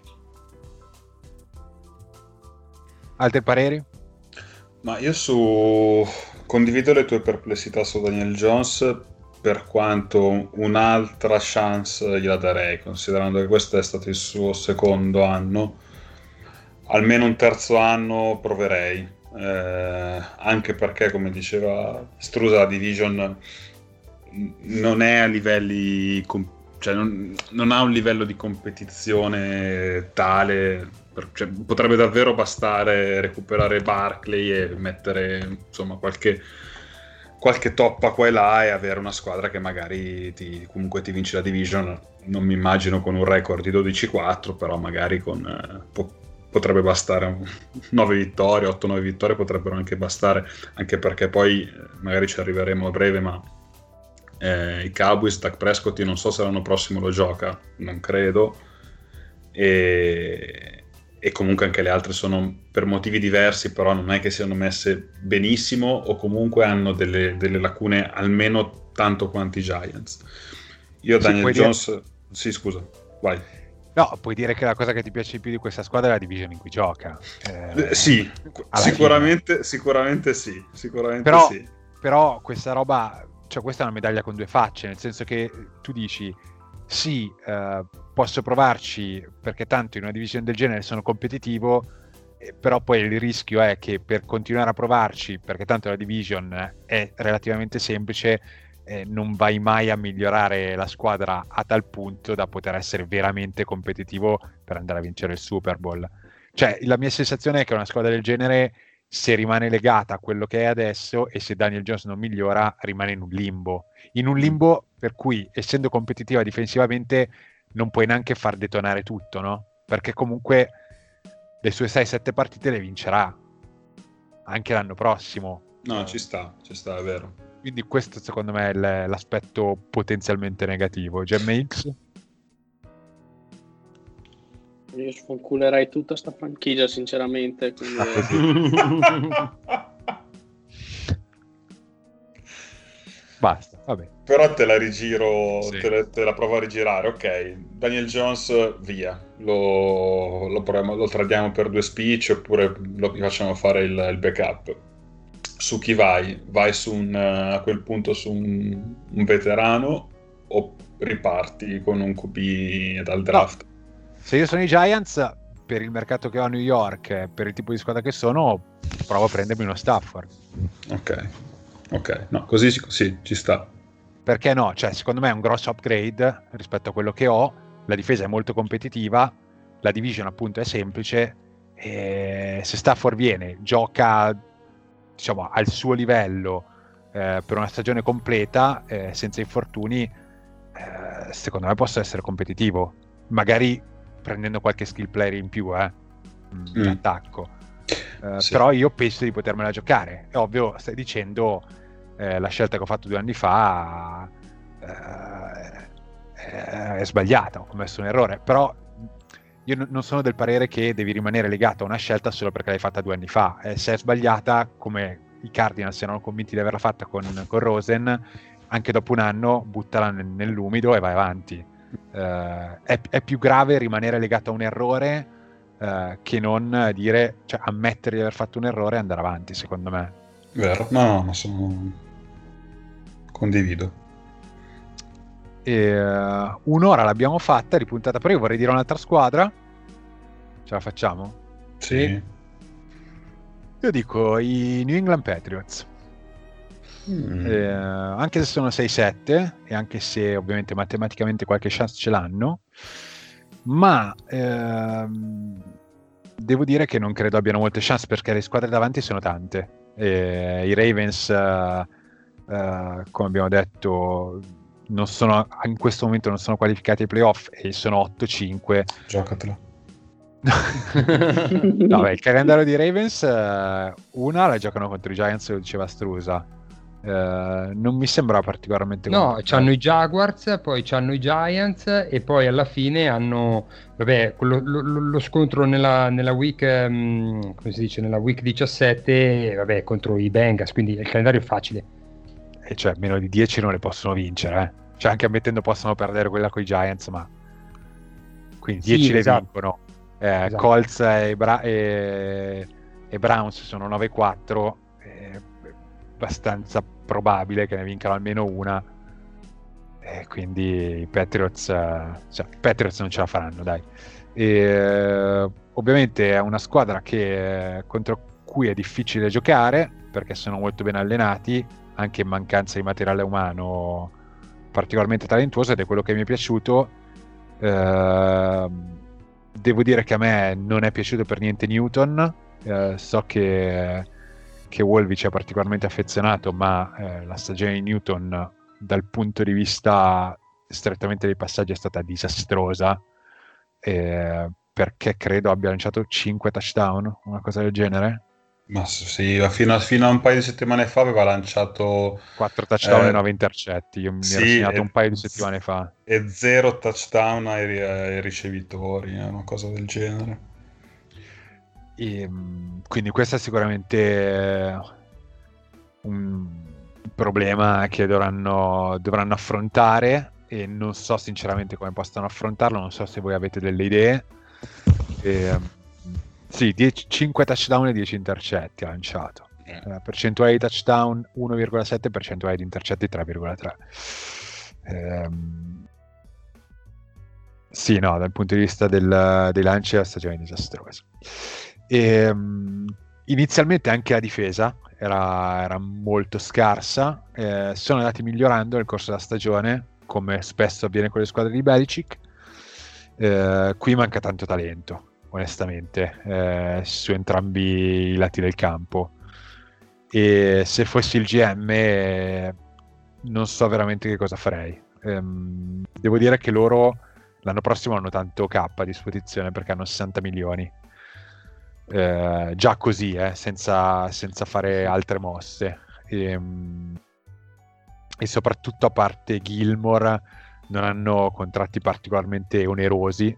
Altri pareri? Ma io condivido le tue perplessità su Daniel Jones, per quanto un'altra chance gliela darei, considerando che questo è stato il suo secondo anno. Almeno un terzo anno proverei, anche perché, come diceva Strusa, la division non è a livelli, cioè non ha un livello di competizione tale. Cioè, potrebbe davvero bastare recuperare Barkley e mettere insomma qualche toppa qua e là e avere una squadra che magari comunque ti vince la division. Non mi immagino con un record di 12-4, però magari potrebbe bastare 9 vittorie, 8-9 vittorie potrebbero anche bastare, anche perché poi magari ci arriveremo a breve, ma i Cowboys, Dak Prescott, io non so se l'anno prossimo lo gioca, non credo, e comunque anche le altre sono per motivi diversi, però non è che siano messe benissimo, o comunque hanno delle lacune almeno tanto quanto i Giants. Io Daniel Jones sì, scusa, vai. No, puoi dire che la cosa che ti piace di più di questa squadra è la division in cui gioca. Sì, sicuramente sì, però, sì. Però questa roba, cioè questa è una medaglia con 2 facce, nel senso che tu dici sì, posso provarci perché tanto in una division del genere sono competitivo, però poi il rischio è che per continuare a provarci, perché tanto la division è relativamente semplice, non vai mai a migliorare la squadra a tal punto da poter essere veramente competitivo per andare a vincere il Super Bowl. Cioè, la mia sensazione è che una squadra del genere, se rimane legata a quello che è adesso e se Daniel Jones non migliora, rimane in un limbo per cui, essendo competitiva difensivamente, non puoi neanche far detonare tutto, no? Perché comunque le sue 6-7 partite le vincerà anche l'anno prossimo. No, ci sta, è vero. Quindi questo secondo me è l'aspetto potenzialmente negativo. GMX? Io sfonculerei tutta sta franchigia sinceramente, quindi... Basta, vabbè. Però te la rigiro, sì. te la provo a rigirare. Ok, Daniel Jones via, lo tradiamo per 2 speech oppure lo facciamo fare il backup. Su chi vai? Vai a quel punto su un veterano o riparti con un QB dal draft? No. Se io sono i Giants, per il mercato che ho a New York, per il tipo di squadra che sono, provo a prendermi uno Stafford. Ok, no, così sì, ci sta. Perché no? Cioè, secondo me è un grosso upgrade rispetto a quello che ho. La difesa è molto competitiva, la division appunto è semplice, e se Stafford viene, gioca diciamo al suo livello per una stagione completa, senza infortuni, secondo me possa essere competitivo, magari prendendo qualche skill player in più in attacco. Sì. Però io penso di potermela giocare. È ovvio, stai dicendo la scelta che ho fatto 2 anni fa è sbagliata, ho commesso un errore, però io non sono del parere che devi rimanere legato a una scelta solo perché l'hai fatta 2 anni fa. Se è sbagliata, come i Cardinals erano convinti di averla fatta con Rosen, anche dopo un anno buttala nell'umido e vai avanti. È più grave rimanere legato a un errore che non dire, cioè ammettere di aver fatto un errore e andare avanti, secondo me. Vero, no, ma condivido. Un'ora l'abbiamo fatta di puntata, però io vorrei dire un'altra squadra. Ce la facciamo? Sì. Io dico i New England Patriots. Anche se sono 6-7 e anche se ovviamente matematicamente qualche chance ce l'hanno, ma devo dire che non credo abbiano molte chance perché le squadre davanti sono tante. I Ravens, come abbiamo detto, in questo momento non sono qualificati ai playoff e sono 8-5. Giocatela. No, beh, il calendario di Ravens, una la giocano contro i Giants, lo diceva Strusa. Non mi sembra particolarmente c'hanno i Jaguars, poi c'hanno i Giants e poi alla fine hanno lo scontro nella week come si dice, nella week 17 contro i Bengals, quindi il calendario è facile e cioè meno di 10 non le possono vincere, cioè anche ammettendo possono perdere quella con i Giants, ma quindi 10 le vincono. Esatto. Colts e Browns sono 9-4, abbastanza probabile che ne vincano almeno una, quindi i Patriots non ce la faranno, dai. Ovviamente è una squadra contro cui è difficile giocare perché sono molto ben allenati, anche in mancanza di materiale umano particolarmente talentuoso, ed è quello che mi è piaciuto. Devo dire che a me non è piaciuto per niente Newton, so che Wolvi ci è particolarmente affezionato, ma la stagione di Newton dal punto di vista strettamente dei passaggi è stata disastrosa, perché credo abbia lanciato 5 touchdown, una cosa del genere. Ma sì, fino a un paio di settimane fa aveva lanciato 4 touchdown e 9 intercetti. Io mi ero segnato un paio di settimane fa. E 0 touchdown ai ricevitori, una cosa del genere. Quindi questo è sicuramente un problema che dovranno affrontare, e non so sinceramente come possano affrontarlo. Non so se voi avete delle idee. Sì, 5 touchdown e 10 intercetti ha lanciato. Percentuale di touchdown 1,7, percentuale di intercetti 3,3. Sì, no, dal punto di vista dei lanci la stagione è disastrosa. Inizialmente anche la difesa era molto scarsa, sono andati migliorando nel corso della stagione, come spesso avviene con le squadre di Belichick. Qui manca tanto talento, onestamente, su entrambi i lati del campo, e se fossi il GM non so veramente che cosa farei. Devo dire che loro l'anno prossimo hanno tanto cap a disposizione perché hanno 60 milioni, già così, senza fare altre mosse, e soprattutto, a parte Gilmore, non hanno contratti particolarmente onerosi,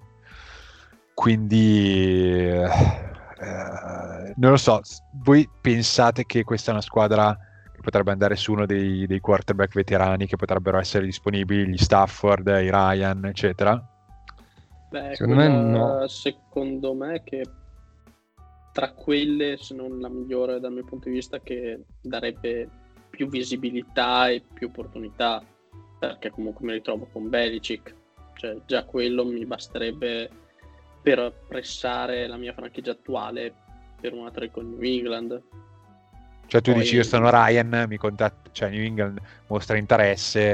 quindi non lo so. Voi pensate che questa è una squadra che potrebbe andare su uno dei quarterback veterani che potrebbero essere disponibili, gli Stafford, i Ryan, eccetera? Beh, secondo me che tra quelle, se non la migliore dal mio punto di vista, che darebbe più visibilità e più opportunità, perché comunque mi ritrovo con Belichick, cioè già quello mi basterebbe per pressare la mia franchigia attuale per una trade con New England. Cioè tu dici, io sono Ryan, mi contatto, cioè New England mostra interesse,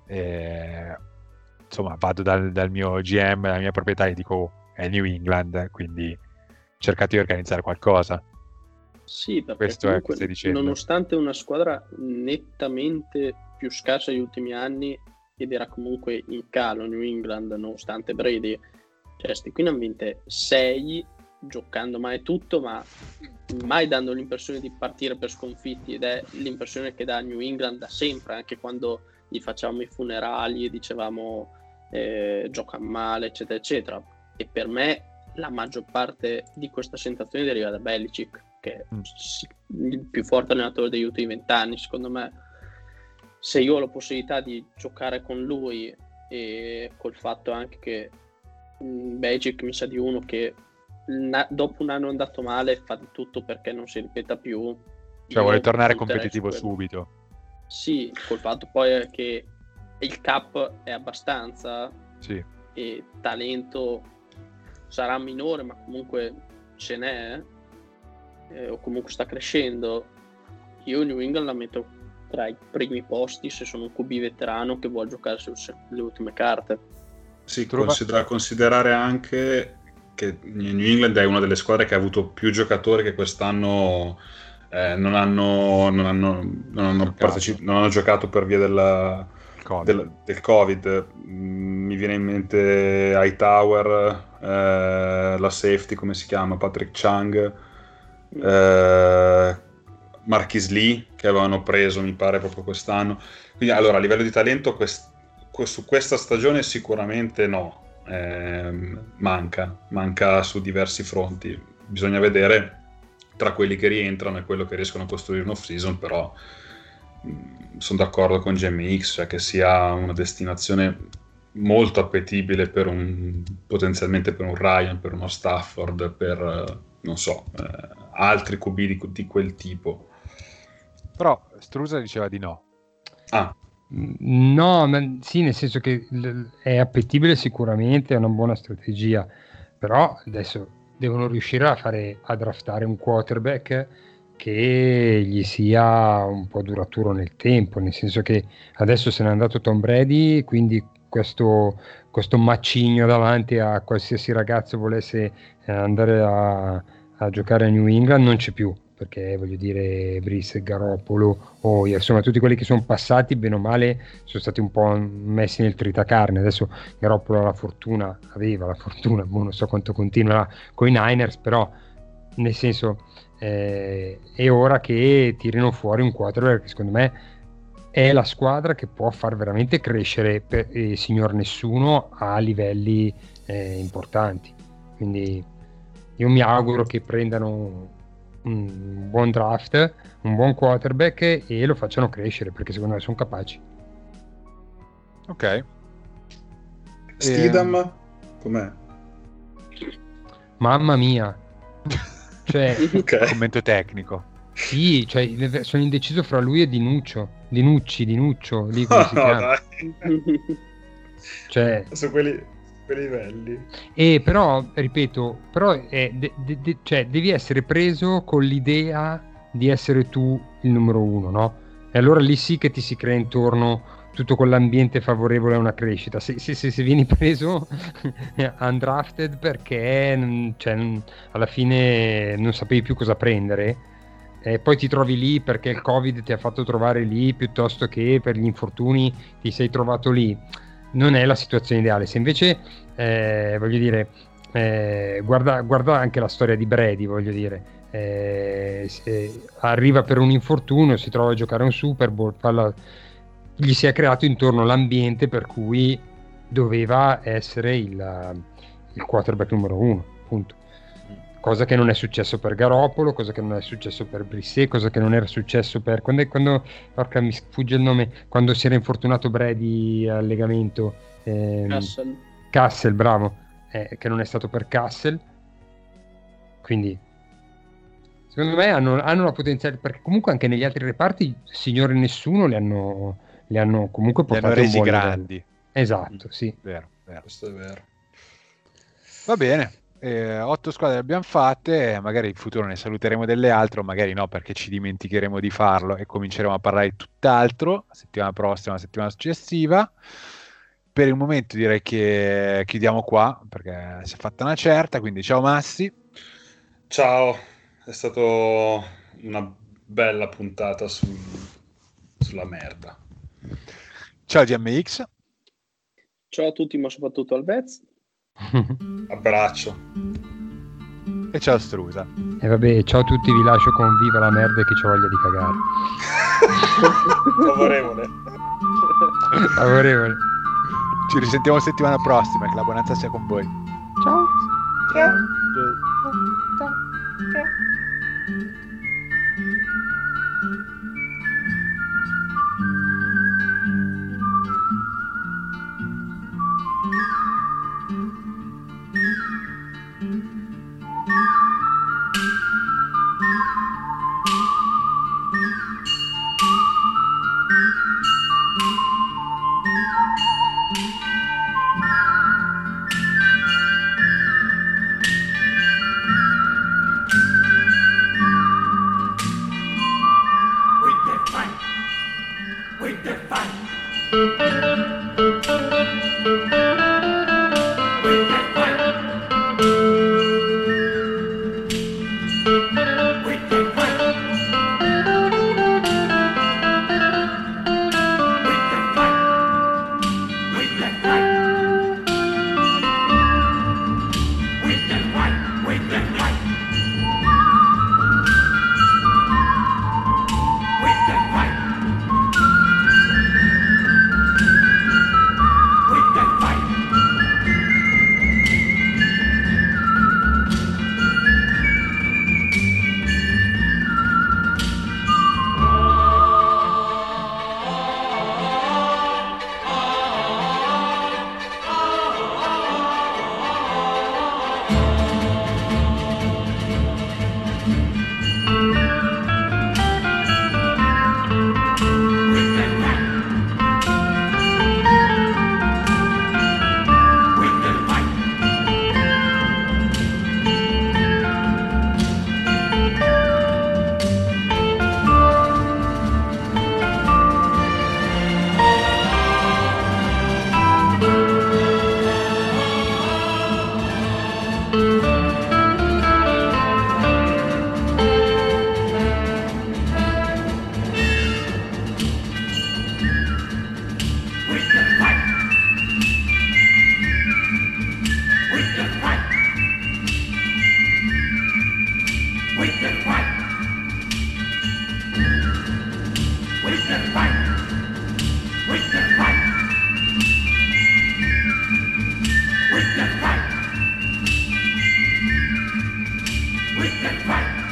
insomma vado dal mio GM, dalla mia proprietà, e dico è New England, quindi cercate di organizzare qualcosa. Sì, perché questo è che stai dicendo. Nonostante una squadra nettamente più scarsa negli ultimi anni, ed era comunque in calo New England nonostante Brady, cioè sti qui ne hanno vinte 6, giocando mai tutto, ma mai dando l'impressione di partire per sconfitti, ed è l'impressione che dà New England da sempre, anche quando gli facciamo i funerali e dicevamo giocano male, eccetera eccetera. E per me la maggior parte di questa sensazione deriva da Belichick, che è il più forte allenatore degli ultimi 20 anni, secondo me. Se io ho la possibilità di giocare con lui, e col fatto anche che Belichick mi sa di uno che dopo un anno andato male fa di tutto perché non si ripeta più, cioè vuole tornare competitivo subito. Sì, col fatto poi che il cap è abbastanza, sì, e talento sarà minore, ma comunque ce n'è, o comunque sta crescendo. Io New England la metto tra i primi posti se sono un QB veterano che vuole giocare sulle ultime carte. Sì, considerare anche che New England è una delle squadre che ha avuto più giocatori che quest'anno non hanno giocato per via del Covid. Mi viene in mente Hightower, la safety, come si chiama? Patrick Chung, Marquis Lee, che avevano preso, mi pare, proprio quest'anno. Quindi, allora, a livello di talento, su questa stagione sicuramente no. Manca su diversi fronti. Bisogna vedere tra quelli che rientrano e quello che riescono a costruire in off-season, però sono d'accordo con GMX, cioè che sia una destinazione molto appetibile potenzialmente per un Ryan, per uno Stafford, per non so, altri QB di quel tipo. Però Strusa diceva di no. No, ma sì, nel senso che è appetibile sicuramente, è una buona strategia, però adesso devono riuscire a draftare un quarterback che gli sia un po' duraturo nel tempo, nel senso che adesso se n'è andato Tom Brady, quindi questo macigno davanti a qualsiasi ragazzo volesse andare a giocare a New England non c'è più, perché voglio dire Brice, Garoppolo, insomma tutti quelli che sono passati bene o male sono stati un po' messi nel tritacarne. Adesso Garoppolo aveva la fortuna, non so quanto continua con i Niners, però nel senso è ora che tirino fuori un quarterback che secondo me è la squadra che può far veramente crescere il signor nessuno a livelli importanti. Quindi io mi auguro che prendano un buon draft, un buon quarterback e lo facciano crescere, perché secondo me sono capaci. Ok. Stidham com'è? Mamma mia. Cioè, okay. Commento tecnico. Sì, cioè sono indeciso fra lui e Dinuccio, lì come si chiama. Cioè, su quei livelli. Però, ripeto, cioè, devi essere preso con l'idea di essere tu il numero uno, no? E allora lì sì che ti si crea intorno tutto quell'ambiente favorevole a una crescita. Se vieni preso undrafted perché alla fine non sapevi più cosa prendere, poi ti trovi lì perché il Covid ti ha fatto trovare lì piuttosto che per gli infortuni ti sei trovato lì, non è la situazione ideale. Se invece voglio dire guarda anche la storia di Brady, voglio dire, arriva per un infortunio, si trova a giocare un Super Bowl, gli si è creato intorno l'ambiente per cui doveva essere il quarterback numero uno, appunto. Cosa che non è successo per Garoppolo, cosa che non è successo per Brisset, cosa che non era successo per quando porca, mi sfugge il nome, quando si era infortunato Brady al legamento, Cassel, bravo, che non è stato per Cassel. Quindi secondo me hanno la potenziale, perché comunque anche negli altri reparti signore nessuno li hanno comunque portati resi grandi livello. Esatto, sì, vero. Questo è vero. Va bene, 8 squadre le abbiamo fatte, magari in futuro ne saluteremo delle altre, o magari no, perché ci dimenticheremo di farlo e cominceremo a parlare di tutt'altro la settimana prossima, la settimana successiva. Per il momento direi che chiudiamo qua, perché si è fatta una certa, quindi ciao Massi. Ciao, è stata una bella puntata sulla merda. Ciao GMX. Ciao a tutti, ma soprattutto al Vez. Abbraccio. E ciao Strusa. E vabbè, ciao a tutti, vi lascio con viva la merda e che c'ho voglia di cagare. Favorevole. Ci risentiamo settimana prossima, che la buonanza sia con voi. Ciao. Ciao. We can fight. We can fight. We can fight. We can fight. We can fight.